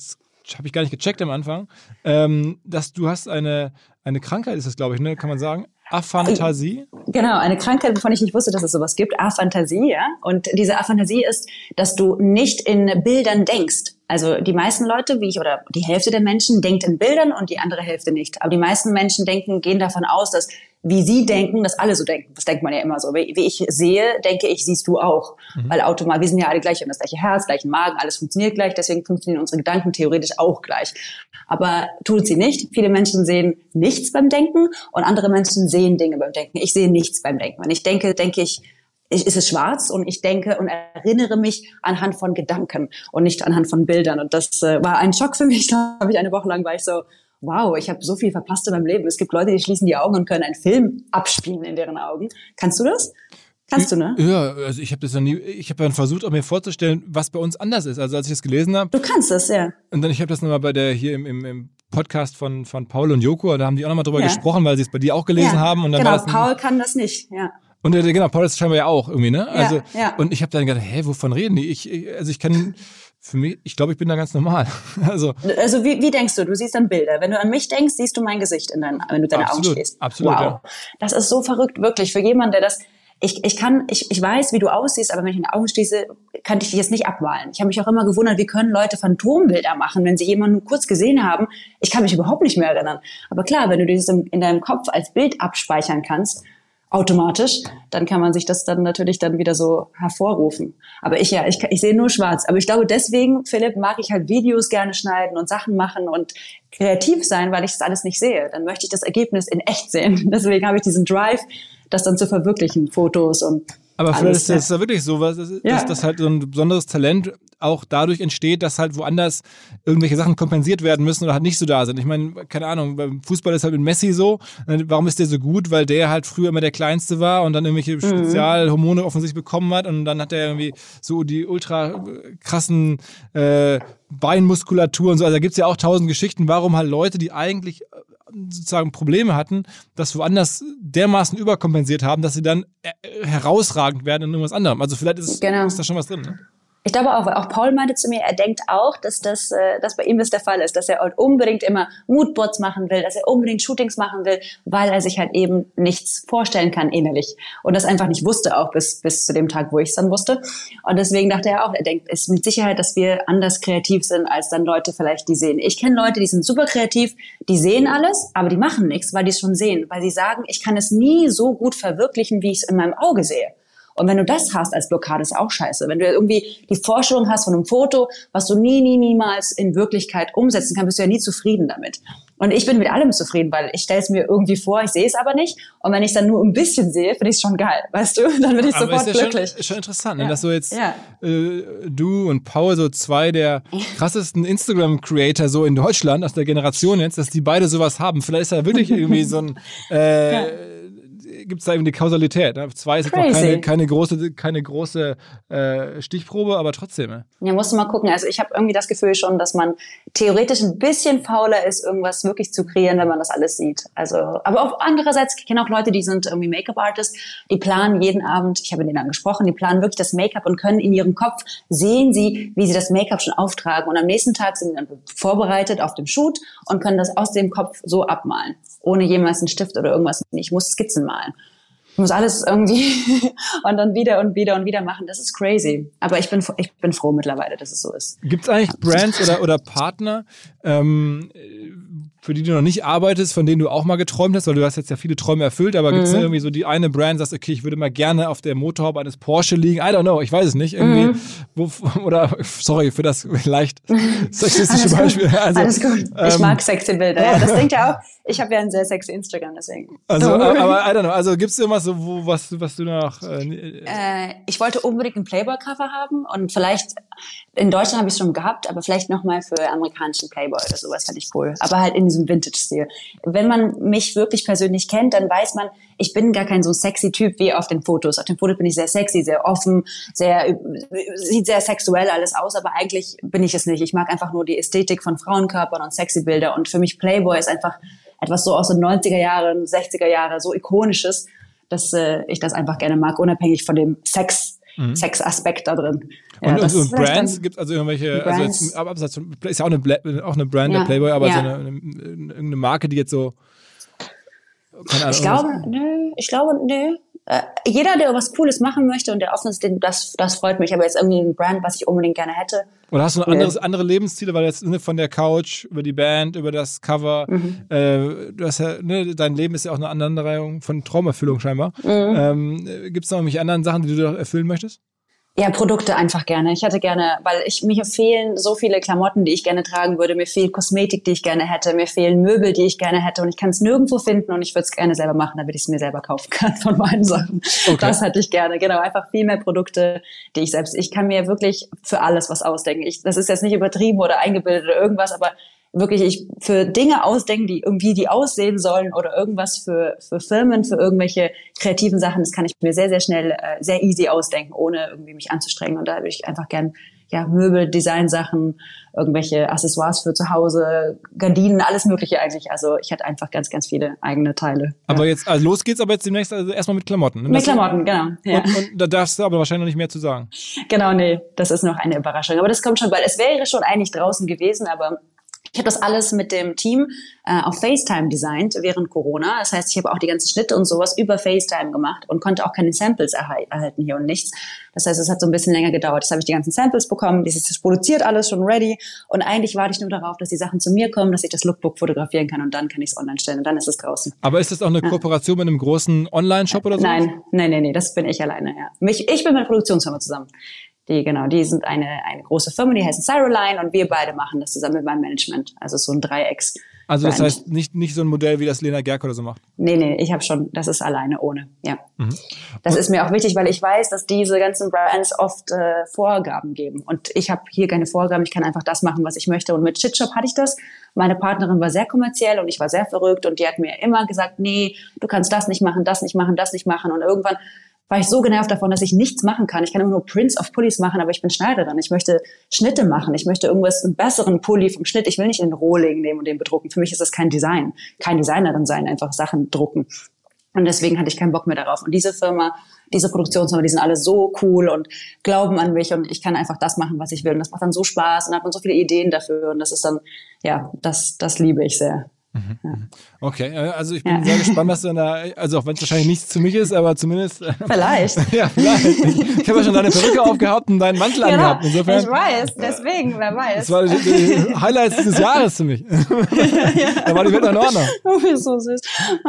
habe ich gar nicht gecheckt am Anfang, ähm, dass du hast eine, eine Krankheit, ist das, glaube ich, ne? Kann man sagen? Aphantasie? Genau, eine Krankheit, wovon ich nicht wusste, dass es sowas gibt. Aphantasie, ja. Und diese Aphantasie ist, dass du nicht in Bildern denkst. Also die meisten Leute, wie ich, oder die Hälfte der Menschen denkt in Bildern und die andere Hälfte nicht. Aber die meisten Menschen denken, gehen davon aus, dass wie sie denken, dass alle so denken. Das denkt man ja immer so. Wie ich sehe, denke ich, siehst du auch. Mhm. Weil automatisch, wir sind ja alle gleich, wir haben das gleiche Herz, gleichen Magen, alles funktioniert gleich, deswegen funktionieren unsere Gedanken theoretisch auch gleich. Aber tun sie nicht. Viele Menschen sehen nichts beim Denken und andere Menschen sehen Dinge beim Denken. Ich sehe nichts beim Denken. Wenn ich denke, denke ich, ist es schwarz und ich denke und erinnere mich anhand von Gedanken und nicht anhand von Bildern. Und das äh, war ein Schock für mich, glaube ich. Eine Woche lang war ich so, wow, ich habe so viel verpasst in meinem Leben. Es gibt Leute, die schließen die Augen und können einen Film abspielen in deren Augen. Kannst du das? Kannst du, ne? Ja, also ich habe das noch nie, ich habe dann versucht, auch mir vorzustellen, was bei uns anders ist. Also als ich das gelesen habe. Du kannst das, ja. Und dann, ich habe das nochmal bei der, hier im, im, im Podcast von, von Paul und Joko, da haben die auch nochmal drüber ja. gesprochen, weil sie es bei dir auch gelesen ja. haben. Und dann genau, war das Paul kann das nicht, ja. Und äh, genau, Paul ist scheinbar ja auch irgendwie, ne? Also, ja, ja. Und ich habe dann gedacht, hä, wovon reden die? Ich, ich also ich kann, für mich, ich glaube, ich bin da ganz normal. Also, also wie, wie denkst du? Du siehst dann Bilder. Wenn du an mich denkst, siehst du mein Gesicht in deinen, wenn du deine absolut, Augen schließt. Absolut, wow. ja. Das ist so verrückt, wirklich. Für jemanden, der das, ich, ich kann, ich, ich weiß, wie du aussiehst, aber wenn ich meine Augen schließe, kann ich dich jetzt nicht abmalen. Ich habe mich auch immer gewundert, wie können Leute Phantombilder machen, wenn sie jemanden nur kurz gesehen haben. Ich kann mich überhaupt nicht mehr erinnern. Aber klar, wenn du dieses in deinem Kopf als Bild abspeichern kannst, automatisch, dann kann man sich das dann natürlich dann wieder so hervorrufen. Aber ich ja, ich, ich sehe nur schwarz. Aber ich glaube, deswegen, Philipp, mag ich halt Videos gerne schneiden und Sachen machen und kreativ sein, weil ich das alles nicht sehe. Dann möchte ich das Ergebnis in echt sehen. Deswegen habe ich diesen Drive, das dann zu verwirklichen, Fotos und aber vielleicht alles, ist das ja wirklich so, was, dass, ja. dass halt so ein besonderes Talent auch dadurch entsteht, dass halt woanders irgendwelche Sachen kompensiert werden müssen oder halt nicht so da sind. Ich meine, keine Ahnung, beim Fußball ist halt mit Messi so. Warum ist der so gut? Weil der halt früher immer der Kleinste war und dann irgendwelche mhm. Spezialhormone offensichtlich bekommen hat und dann hat er irgendwie so die ultra krassen äh, Beinmuskulatur und so. Also da gibt's ja auch tausend Geschichten, warum halt Leute, die eigentlich sozusagen Probleme hatten, das woanders dermaßen überkompensiert haben, dass sie dann herausragend werden in irgendwas anderem. Also vielleicht ist, genau. ist da schon was drin, ne? Ich glaube auch, weil auch Paul meinte zu mir, er denkt auch, dass das, äh, dass bei ihm das der Fall ist, dass er halt unbedingt immer Moodboards machen will, dass er unbedingt Shootings machen will, weil er sich halt eben nichts vorstellen kann innerlich und das einfach nicht wusste, auch bis bis zu dem Tag, wo ich es dann wusste. Und deswegen dachte er auch, er denkt, es ist mit Sicherheit, dass wir anders kreativ sind, als dann Leute vielleicht, die sehen. Ich kenne Leute, die sind super kreativ, die sehen alles, aber die machen nichts, weil die es schon sehen, weil sie sagen, ich kann es nie so gut verwirklichen, wie ich es in meinem Auge sehe. Und wenn du das hast als Blockade, ist auch scheiße. Wenn du irgendwie die Vorstellung hast von einem Foto, was du nie, nie, niemals in Wirklichkeit umsetzen kannst, bist du ja nie zufrieden damit. Und ich bin mit allem zufrieden, weil ich stelle es mir irgendwie vor, ich sehe es aber nicht. Und wenn ich es dann nur ein bisschen sehe, finde ich es schon geil, weißt du? Dann bin ich aber sofort ist ja glücklich. Schon, ist schon interessant, ja. ne? Dass so jetzt ja. äh, du und Paul, so zwei der krassesten Instagram-Creator so in Deutschland, aus der Generation jetzt, dass die beide sowas haben. Vielleicht ist da wirklich irgendwie so ein... Äh, ja. Gibt es da eben die Kausalität. Ne? Zwei ist jetzt noch keine, keine große, keine große äh, Stichprobe, aber trotzdem. Ne? Ja, musst du mal gucken. Also ich habe irgendwie das Gefühl schon, dass man theoretisch ein bisschen fauler ist, irgendwas wirklich zu kreieren, wenn man das alles sieht. Also, aber auch andererseits, ich kenne auch Leute, die sind irgendwie Make-up-Artists, die planen jeden Abend, ich habe mit denen angesprochen, die planen wirklich das Make-up und können in ihrem Kopf, sehen sie, wie sie das Make-up schon auftragen und am nächsten Tag sind sie dann vorbereitet auf dem Shoot und können das aus dem Kopf so abmalen, ohne jemals einen Stift oder irgendwas. Ich muss Skizzen malen. Ich muss alles irgendwie und dann wieder und wieder und wieder machen. Das ist crazy. Aber ich bin, ich bin froh mittlerweile, dass es so ist. Gibt es eigentlich Brands oder, oder Partner, ähm, für die du noch nicht arbeitest, von denen du auch mal geträumt hast? Weil du hast jetzt ja viele Träume erfüllt, aber gibt es mhm. irgendwie so die eine Brand, sagst, okay, ich würde mal gerne auf der Motorhaube eines Porsche liegen? I don't know, ich weiß es nicht. Irgendwie, mhm. wo, oder, sorry für das leicht sexistische Alles Beispiel. Gut. Also, Alles gut. Ich ähm, mag sexy Bilder. Ja, das denkt ja auch. Ich habe ja ein sehr sexy Instagram, deswegen. Also, aber, aber I don't know, also gibt es irgendwas, so, wo, was, was du noch... Äh, äh, ich wollte unbedingt ein Playboy-Cover haben und vielleicht, in Deutschland habe ich es schon gehabt, aber vielleicht nochmal für amerikanischen Playboy oder sowas fände ich cool. Aber halt in diesem Vintage-Stil. Wenn man mich wirklich persönlich kennt, dann weiß man, ich bin gar kein so sexy Typ wie auf den Fotos. Auf den Fotos bin ich sehr sexy, sehr offen, sehr, sieht sehr sexuell alles aus, aber eigentlich bin ich es nicht. Ich mag einfach nur die Ästhetik von Frauenkörpern und sexy Bilder und für mich Playboy ist einfach etwas so aus den neunziger Jahren, sechziger Jahre, so ikonisches, dass äh, ich das einfach gerne mag, unabhängig von dem Sex, mhm. Sexaspekt da drin. Ja, und, und, und Brands, gibt es also irgendwelche, Brands. also jetzt, ist ja auch eine, auch eine Brand, ja. der Playboy, aber ja. so eine, eine, irgendeine Marke, die jetzt so, keine Ahnung. Ich glaube, nö, ich glaube, nö. Äh, jeder, der was Cooles machen möchte und der offen ist, den, das, das freut mich. Aber jetzt irgendwie ein Brand, was ich unbedingt gerne hätte. Oder hast du ein anderes, andere Lebensziele, weil jetzt ne, von der Couch über die Band, über das Cover, mhm. äh, du hast ja, ne, dein Leben ist ja auch eine Aneinanderreihung von Traumerfüllung scheinbar. Mhm. Ähm, Gibt es noch irgendwelche anderen Sachen, die du erfüllen möchtest? Ja, Produkte einfach gerne. Ich hätte gerne, weil ich mir fehlen so viele Klamotten, die ich gerne tragen würde. Mir fehlt Kosmetik, die ich gerne hätte. Mir fehlen Möbel, die ich gerne hätte. Und ich kann es nirgendwo finden und ich würde es gerne selber machen, damit ich es mir selber kaufen kann von meinen Sachen. Okay. Das hätte ich gerne. Genau, einfach viel mehr Produkte, die ich selbst, ich kann mir wirklich für alles was ausdenken. Ich, das ist jetzt nicht übertrieben oder eingebildet oder irgendwas, aber wirklich ich für Dinge ausdenken, die irgendwie die aussehen sollen oder irgendwas für für Firmen, für irgendwelche kreativen Sachen, das kann ich mir sehr, sehr schnell, äh, sehr easy ausdenken, ohne irgendwie mich anzustrengen. Und da würde ich einfach gern ja Möbel, Designsachen, irgendwelche Accessoires für zu Hause, Gardinen, alles Mögliche eigentlich. Also ich hätte einfach ganz, ganz viele eigene Teile. Aber ja. jetzt, also los geht's aber jetzt demnächst also erstmal mit Klamotten. Ne? Mit Klamotten, genau. Ja. Und, und da darfst du aber wahrscheinlich noch nicht mehr zu sagen. Genau, nee, das ist noch eine Überraschung. Aber das kommt schon bald. Es wäre schon eigentlich draußen gewesen, aber ich habe das alles mit dem Team äh, auf FaceTime designt während Corona. Das heißt, ich habe auch die ganzen Schnitte und sowas über FaceTime gemacht und konnte auch keine Samples erhal- erhalten hier und nichts. Das heißt, es hat so ein bisschen länger gedauert. Jetzt habe ich die ganzen Samples bekommen, dieses ist produziert alles schon ready und eigentlich warte ich nur darauf, dass die Sachen zu mir kommen, dass ich das Lookbook fotografieren kann und dann kann ich es online stellen und dann ist es draußen. Aber ist das auch eine ja. Kooperation mit einem großen Online-Shop oder so? Nein, nein, nein, nein, das bin ich alleine. Ja. Mich, ich bin mit der Produktionsfirma zusammen. Die, genau, die sind eine, eine große Firma, die heißt Cyroline und wir beide machen das zusammen mit meinem Management. Also so ein Dreiecks. Also das heißt nicht, nicht so ein Modell, wie das Lena Gerke oder so macht? Nee, nee, ich habe schon, das ist alleine ohne, ja. Mhm. Das ist mir auch wichtig, weil ich weiß, dass diese ganzen Brands oft äh, Vorgaben geben. Und ich habe hier keine Vorgaben, ich kann einfach das machen, was ich möchte. Und mit Shitshop hatte ich das. Meine Partnerin war sehr kommerziell und ich war sehr verrückt und die hat mir immer gesagt, nee, du kannst das nicht machen, das nicht machen, das nicht machen. Und irgendwann war ich so genervt davon, dass ich nichts machen kann. Ich kann immer nur Prints of Pullis machen, aber ich bin Schneiderin. Ich möchte Schnitte machen. Ich möchte irgendwas, einen besseren Pulli vom Schnitt. Ich will nicht den Rohling nehmen und den bedrucken. Für mich ist das kein Design. Kein Designerin sein, einfach Sachen drucken. Und deswegen hatte ich keinen Bock mehr darauf. Und diese Firma, diese Produktionsfirma, die sind alle so cool und glauben an mich und ich kann einfach das machen, was ich will. Und das macht dann so Spaß und hat man so viele Ideen dafür. Und das ist dann, ja, das, das liebe ich sehr. Mhm. Ja. Okay, also ich bin ja. sehr gespannt, was du dann da, also auch wenn es wahrscheinlich nichts für mich ist, aber zumindest. Vielleicht. ja, vielleicht. Ich, ich habe ja schon deine Perücke aufgehabt und deinen Mantel genau. angehabt. Insofern, ich weiß, deswegen, wer weiß. Das war die, die Highlights dieses Jahres für mich. ja. Da war die Welt in Ordnung. Oh, so süß. Oh.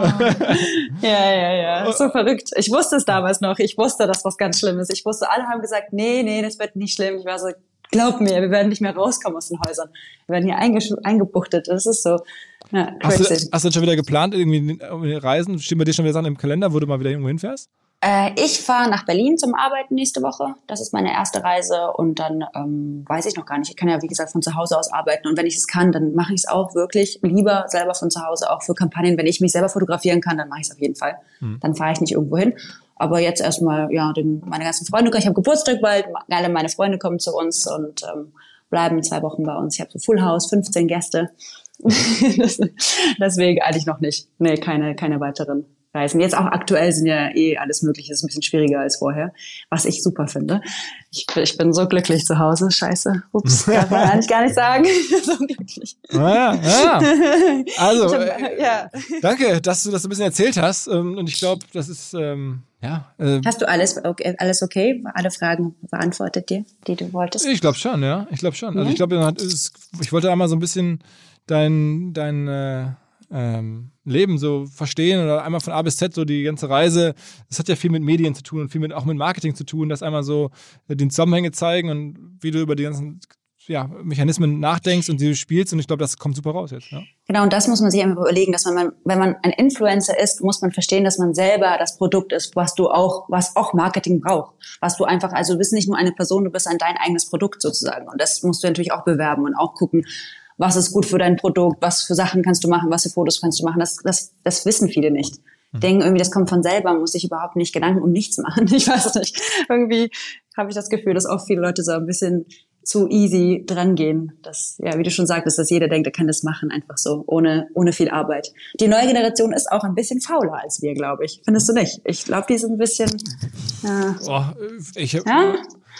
Ja, ja, ja. So verrückt. Ich wusste es damals noch. Ich wusste, dass was ganz schlimm ist. Ich wusste, alle haben gesagt, nee, nee, das wird nicht schlimm. Ich war so, glaub mir, wir werden nicht mehr rauskommen aus den Häusern. Wir werden hier eingesch- eingebuchtet. Das ist so. Ja, hast, du, hast du schon wieder geplant, irgendwie Reisen? Stehen bei dir schon wieder Sachen im Kalender, wo du mal wieder irgendwo hinfährst? Äh, ich fahre nach Berlin zum Arbeiten nächste Woche. Das ist meine erste Reise. Und dann ähm, weiß ich noch gar nicht. Ich kann ja, wie gesagt, von zu Hause aus arbeiten. Und wenn ich es kann, dann mache ich es auch wirklich lieber selber von zu Hause, auch für Kampagnen. Wenn ich mich selber fotografieren kann, dann mache ich es auf jeden Fall. Hm. Dann fahre ich nicht irgendwo hin. Aber jetzt erstmal, ja, den, meine ganzen Freunde, ich habe Geburtstag bald, alle meine Freunde kommen zu uns und ähm, bleiben zwei Wochen bei uns. Ich habe so Full House, fünfzehn Gäste. Deswegen eigentlich noch nicht. Nee, keine, keine weiteren Reisen. Jetzt auch aktuell sind ja eh alles Mögliche, ist ein bisschen schwieriger als vorher, was ich super finde. Ich, ich bin so glücklich zu Hause. Scheiße. Ups, darf man eigentlich gar nicht sagen. So glücklich. Ja, ja. Also, hab, ja. danke, dass du das ein bisschen erzählt hast. Und ich glaube, das ist, ähm, ja. Äh, hast du alles okay, alles okay? Alle Fragen beantwortet dir, die du wolltest? Ich glaube schon, ja. Ich glaube schon. Mhm. Also ich glaube, ich wollte einmal so ein bisschen dein, dein, äh, ähm, Leben so verstehen oder einmal von A bis Z so die ganze Reise. Das hat ja viel mit Medien zu tun und viel mit auch mit Marketing zu tun, dass einmal so die Zusammenhänge zeigen und wie du über die ganzen ja, Mechanismen nachdenkst und sie spielst und ich glaube, das kommt super raus jetzt. Ja? Genau, und das muss man sich einfach überlegen, dass man, wenn man ein Influencer ist, muss man verstehen, dass man selber das Produkt ist, was du auch, was auch Marketing braucht. Was du einfach, also du bist nicht nur eine Person, du bist ein dein eigenes Produkt sozusagen und das musst du natürlich auch bewerben und auch gucken, was ist gut für dein Produkt, was für Sachen kannst du machen, was für Fotos kannst du machen. Das, das, das wissen viele nicht. Mhm. Denken irgendwie, das kommt von selber, muss ich überhaupt nicht Gedanken um nichts machen. Ich weiß es nicht. Irgendwie habe ich das Gefühl, dass auch viele Leute so ein bisschen zu easy drangehen. Das, ja, wie du schon sagtest, dass jeder denkt, er kann das machen, einfach so, ohne, ohne viel Arbeit. Die neue Generation ist auch ein bisschen fauler als wir, glaube ich. Findest du nicht? Ich glaube, die sind ein bisschen, ja. Oh, ich habe ja?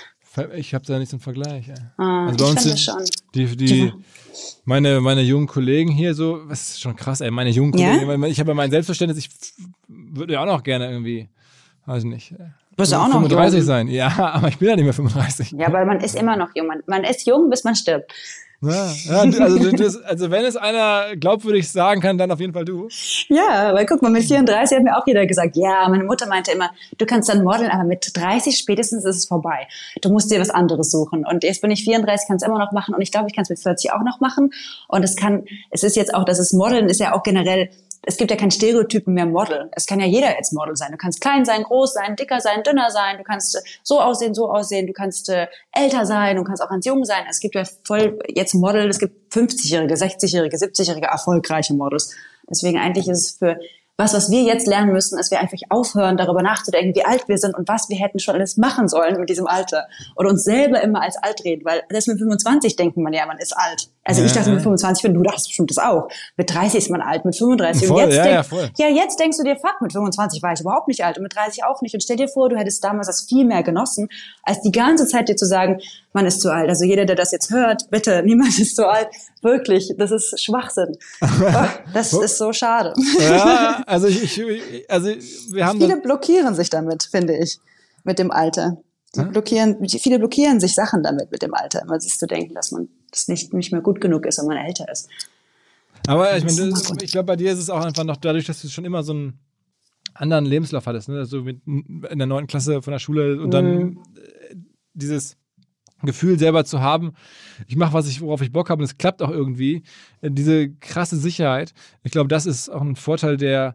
ich hab da nicht so einen Vergleich. Ah, also bei uns sind schon. die, die, meine, meine jungen Kollegen hier so, was ist schon krass, ey, meine jungen Ja? Kollegen, ich habe ja mein Selbstverständnis, ich würde ja auch noch gerne irgendwie, weiß ich nicht, Du bist ja auch noch fünfunddreißig jung. sein. Ja, aber ich bin ja nicht mehr fünfunddreißig. Ja, aber man ist immer noch jung. Man, man ist jung, bis man stirbt. Ja, ja, also, das, also wenn es einer glaubwürdig sagen kann, dann auf jeden Fall du. Ja, weil guck mal, mit vierunddreißig hat mir auch jeder gesagt, ja, meine Mutter meinte immer, du kannst dann modeln, aber mit dreißig spätestens ist es vorbei. Du musst dir was anderes suchen. Und jetzt bin ich vierunddreißig, kann es immer noch machen und ich glaube, ich kann es mit vierzig auch noch machen. Und es kann, es ist jetzt auch, dass es Modeln ist ja auch generell, es gibt ja keinen Stereotypen mehr Model. Es kann ja jeder jetzt Model sein. Du kannst klein sein, groß sein, dicker sein, dünner sein. Du kannst äh, so aussehen, so aussehen. Du kannst äh, älter sein. Du kannst auch ganz jung sein. Es gibt ja voll jetzt Model. Es gibt fünfzigjährige, sechzigjährige, siebzigjährige erfolgreiche Models. Deswegen eigentlich ist es für was, was wir jetzt lernen müssen, ist wir einfach aufhören, darüber nachzudenken, wie alt wir sind und was wir hätten schon alles machen sollen mit diesem Alter. Und uns selber immer als alt reden, weil das mit fünfundzwanzig denkt man ja, man ist alt. Also ja, ich dachte ja. mit fünfundzwanzig, du dachtest bestimmt das auch. Mit dreißig ist man alt, mit fünfunddreißig. Voll, und jetzt ja, denk, ja, voll. ja, jetzt denkst du dir, fuck, mit fünfundzwanzig war ich überhaupt nicht alt und mit dreißig auch nicht. Und stell dir vor, du hättest damals das viel mehr genossen, als die ganze Zeit dir zu sagen, man ist zu alt. Also jeder, der das jetzt hört, bitte, niemand ist zu alt. Wirklich, das ist Schwachsinn. Das ist so schade. Ja, also ich, ich also wir haben Viele blockieren sich damit, finde ich, mit dem Alter. Die blockieren, viele blockieren sich Sachen damit mit dem Alter, immer sich zu denken, dass man das nicht, nicht mehr gut genug ist, wenn man älter ist. Aber ich meine, das, ich glaube, bei dir ist es auch einfach noch dadurch, dass du schon immer so einen anderen Lebenslauf hattest, ne? Also mit in der neunten Klasse von der Schule und dann Mhm. dieses Gefühl selber zu haben, ich mache, was ich, worauf ich Bock habe und es klappt auch irgendwie. Diese krasse Sicherheit, ich glaube, das ist auch ein Vorteil, der,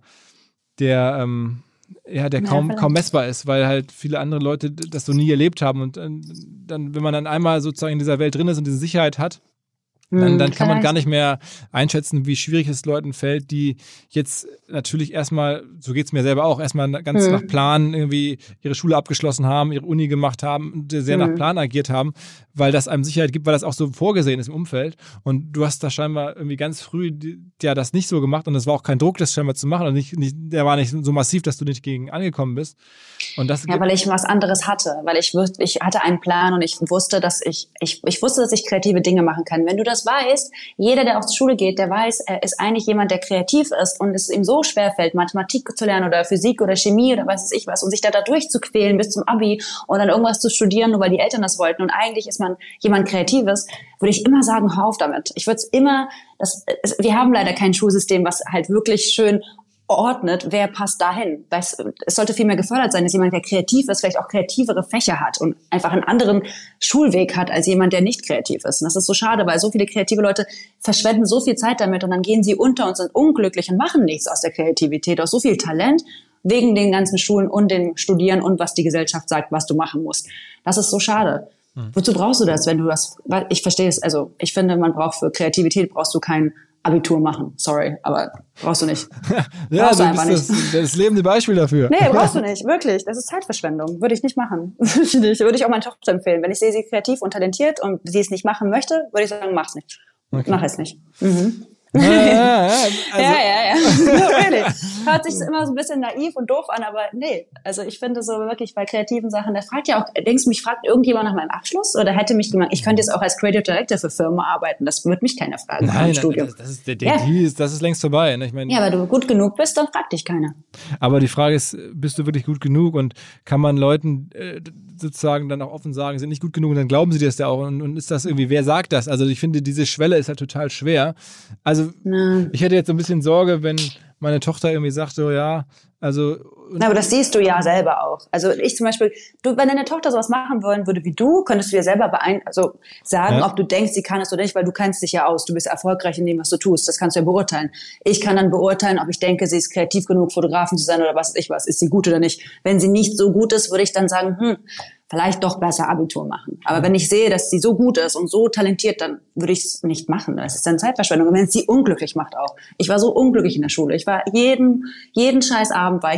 der, ähm, ja, der Ja, kaum, vielleicht. kaum messbar ist, weil halt viele andere Leute das so nie erlebt haben und äh, dann, wenn man dann einmal sozusagen in dieser Welt drin ist und diese Sicherheit hat, Dann, dann kann man gar nicht mehr einschätzen, wie schwierig es Leuten fällt, die jetzt natürlich erstmal, so geht's mir selber auch, erstmal ganz Mhm. nach Plan irgendwie ihre Schule abgeschlossen haben, ihre Uni gemacht haben und sehr Mhm. nach Plan agiert haben, weil das einem Sicherheit gibt, weil das auch so vorgesehen ist im Umfeld. Und du hast da scheinbar irgendwie ganz früh die- ja das nicht so gemacht und es war auch kein Druck, das scheinbar zu machen und nicht, nicht, der war nicht so massiv, dass du nicht gegen angekommen bist. Und das Ja, weil ich was anderes hatte, weil ich wus- ich hatte einen Plan und ich wusste, dass ich ich ich wusste, dass ich kreative Dinge machen kann. Wenn du das weißt, jeder, der auf die Schule geht, der weiß, er ist eigentlich jemand, der kreativ ist und es ihm so schwer fällt, Mathematik zu lernen oder Physik oder Chemie oder was weiß ich was und sich da, da durchzuquälen bis zum Abi und dann irgendwas zu studieren, nur weil die Eltern das wollten und eigentlich ist man jemand Kreatives, würde ich immer sagen, hör auf damit. Ich würde es immer, das, es, wir haben leider kein Schulsystem, was halt wirklich schön ordnet, wer passt dahin. Es, es sollte viel mehr gefördert sein, dass jemand, der kreativ ist, vielleicht auch kreativere Fächer hat und einfach einen anderen Schulweg hat als jemand, der nicht kreativ ist. Und das ist so schade, weil so viele kreative Leute verschwenden so viel Zeit damit und dann gehen sie unter und sind unglücklich und machen nichts aus der Kreativität, aus so viel Talent, wegen den ganzen Schulen und dem Studieren und was die Gesellschaft sagt, was du machen musst. Das ist so schade. Hm. Wozu brauchst du das, wenn du das, ich verstehe es, also ich finde, man braucht für Kreativität, brauchst du kein Abitur machen. Sorry, aber brauchst du nicht. Ja, brauchst du du einfach bist nicht. das, das lebende Beispiel dafür. Nee, brauchst du nicht. Wirklich. Das ist Zeitverschwendung. Würde ich nicht machen. Würde ich nicht. Würde ich auch meiner Tochter empfehlen. Wenn ich sehe, sie kreativ und talentiert und sie es nicht machen möchte, würde ich sagen, mach's nicht. Okay. Mach es nicht. Mhm. Ja, ja, ja. Also, ja, ja, ja. No, really. Hört sich immer so ein bisschen naiv und doof an, aber nee. Also ich finde so wirklich bei kreativen Sachen, der fragt ja auch, denkst du, mich fragt irgendjemand nach meinem Abschluss oder hätte mich jemand, ich könnte jetzt auch als Creative Director für Firmen arbeiten, das würde mich keiner fragen Nein, im Studium. das, das, ist, der, der Ja. Deal ist, das ist längst vorbei. Ne? Ich mein, Ja, weil du gut genug bist, dann fragt dich keiner. aber die Frage ist, bist du wirklich gut genug und kann man Leuten äh, sozusagen dann auch offen sagen, sind nicht gut genug und dann glauben sie dir das ja auch und, und ist das irgendwie, wer sagt das? Also ich finde, diese Schwelle ist halt total schwer. Also Na. ich hätte jetzt so ein bisschen Sorge, wenn meine Tochter irgendwie sagt, so ja, also Na, aber das siehst du ja selber auch. Also ich zum Beispiel, du, wenn deine Tochter sowas machen wollen würde wie du, könntest du dir selber beein also sagen, Ja. ob du denkst, sie kann es oder nicht, weil du kennst dich ja aus. Du bist erfolgreich in dem, was du tust. Das kannst du ja beurteilen. Ich kann dann beurteilen, ob ich denke, sie ist kreativ genug, Fotografin zu sein oder was weiß ich was. Ist sie gut oder nicht? Wenn sie nicht so gut ist, würde ich dann sagen, hm, vielleicht doch besser Abitur machen. Aber wenn ich sehe, dass sie so gut ist und so talentiert, dann würde ich es nicht machen. Das ist dann Zeitverschwendung. Und wenn es sie unglücklich macht auch. Ich war so unglücklich in der Schule. Ich war jeden, jeden scheiß Abend war ich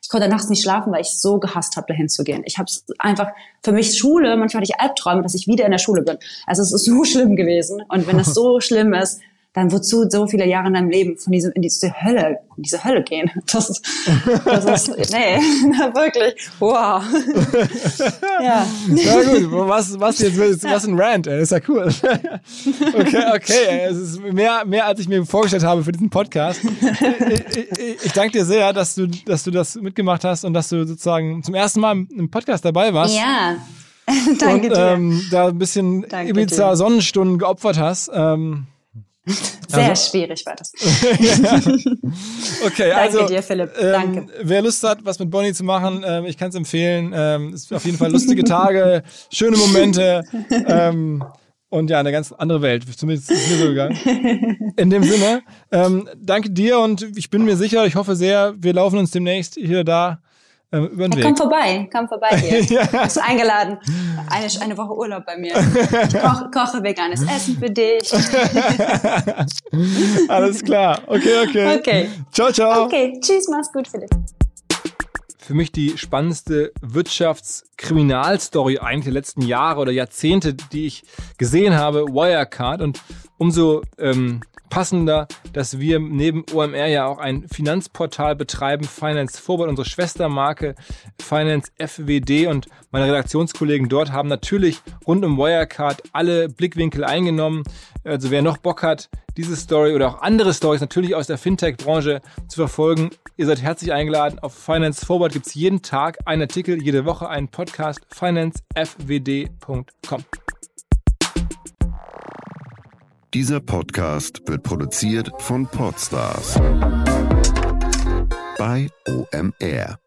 Ich konnte nachts nicht schlafen, weil ich so gehasst habe, dahin zu gehen. Ich habe es einfach, für mich Schule, manchmal hatte ich Albträume, dass ich wieder in der Schule bin. Also es ist so schlimm gewesen. Und wenn es so schlimm ist, dann wozu so viele Jahre in deinem Leben von diesem, in diese Hölle, in diese Hölle gehen? Das ist, das ist, nee, wirklich, wow. Ja. Na gut, was, was jetzt, was ein Rant, ey, ist ja cool. Okay, okay, es ist mehr, mehr als ich mir vorgestellt habe für diesen Podcast. Ich, ich, ich danke dir sehr, dass du, dass du das mitgemacht hast und dass du sozusagen zum ersten Mal im Podcast dabei warst. Ja. Danke und, dir. Ähm, da ein bisschen Danke Ibiza dir. Sonnenstunden geopfert hast. Ähm, Sehr also, schwierig war das. Ja. Okay, also Danke dir, Philipp. Danke. Ähm, wer Lust hat, was mit Bonnie zu machen, ähm, ich kann es empfehlen. Ähm, es ist auf jeden Fall lustige Tage, schöne Momente ähm, und ja, eine ganz andere Welt. Zumindest ist es mir so gegangen. In dem Sinne, ähm, danke dir und ich bin mir sicher, ich hoffe sehr, wir laufen uns demnächst hier da ähm, über den Ja, Weg. komm vorbei, komm vorbei hier. Ja. Du bist eingeladen. Eine, eine Woche Urlaub bei mir. Ich koche, koche veganes Essen für dich. Alles klar. Okay, okay. Okay. Ciao, ciao. Okay, tschüss, mach's gut, Philipp. Für mich die spannendste Wirtschaftskriminalstory eigentlich der letzten Jahre oder Jahrzehnte, die ich gesehen habe, Wirecard. Und umso ähm, passender, dass wir neben O M R ja auch ein Finanzportal betreiben, Finance Forward, unsere Schwestermarke Finance F W D, und meine Redaktionskollegen dort haben natürlich rund um Wirecard alle Blickwinkel eingenommen. Also wer noch Bock hat, diese Story oder auch andere Stories natürlich aus der Fintech-Branche zu verfolgen, ihr seid herzlich eingeladen. Auf Finance Forward gibt es jeden Tag einen Artikel, jede Woche einen Podcast, finance f w d punkt com. Dieser Podcast wird produziert von Podstars bei O M R.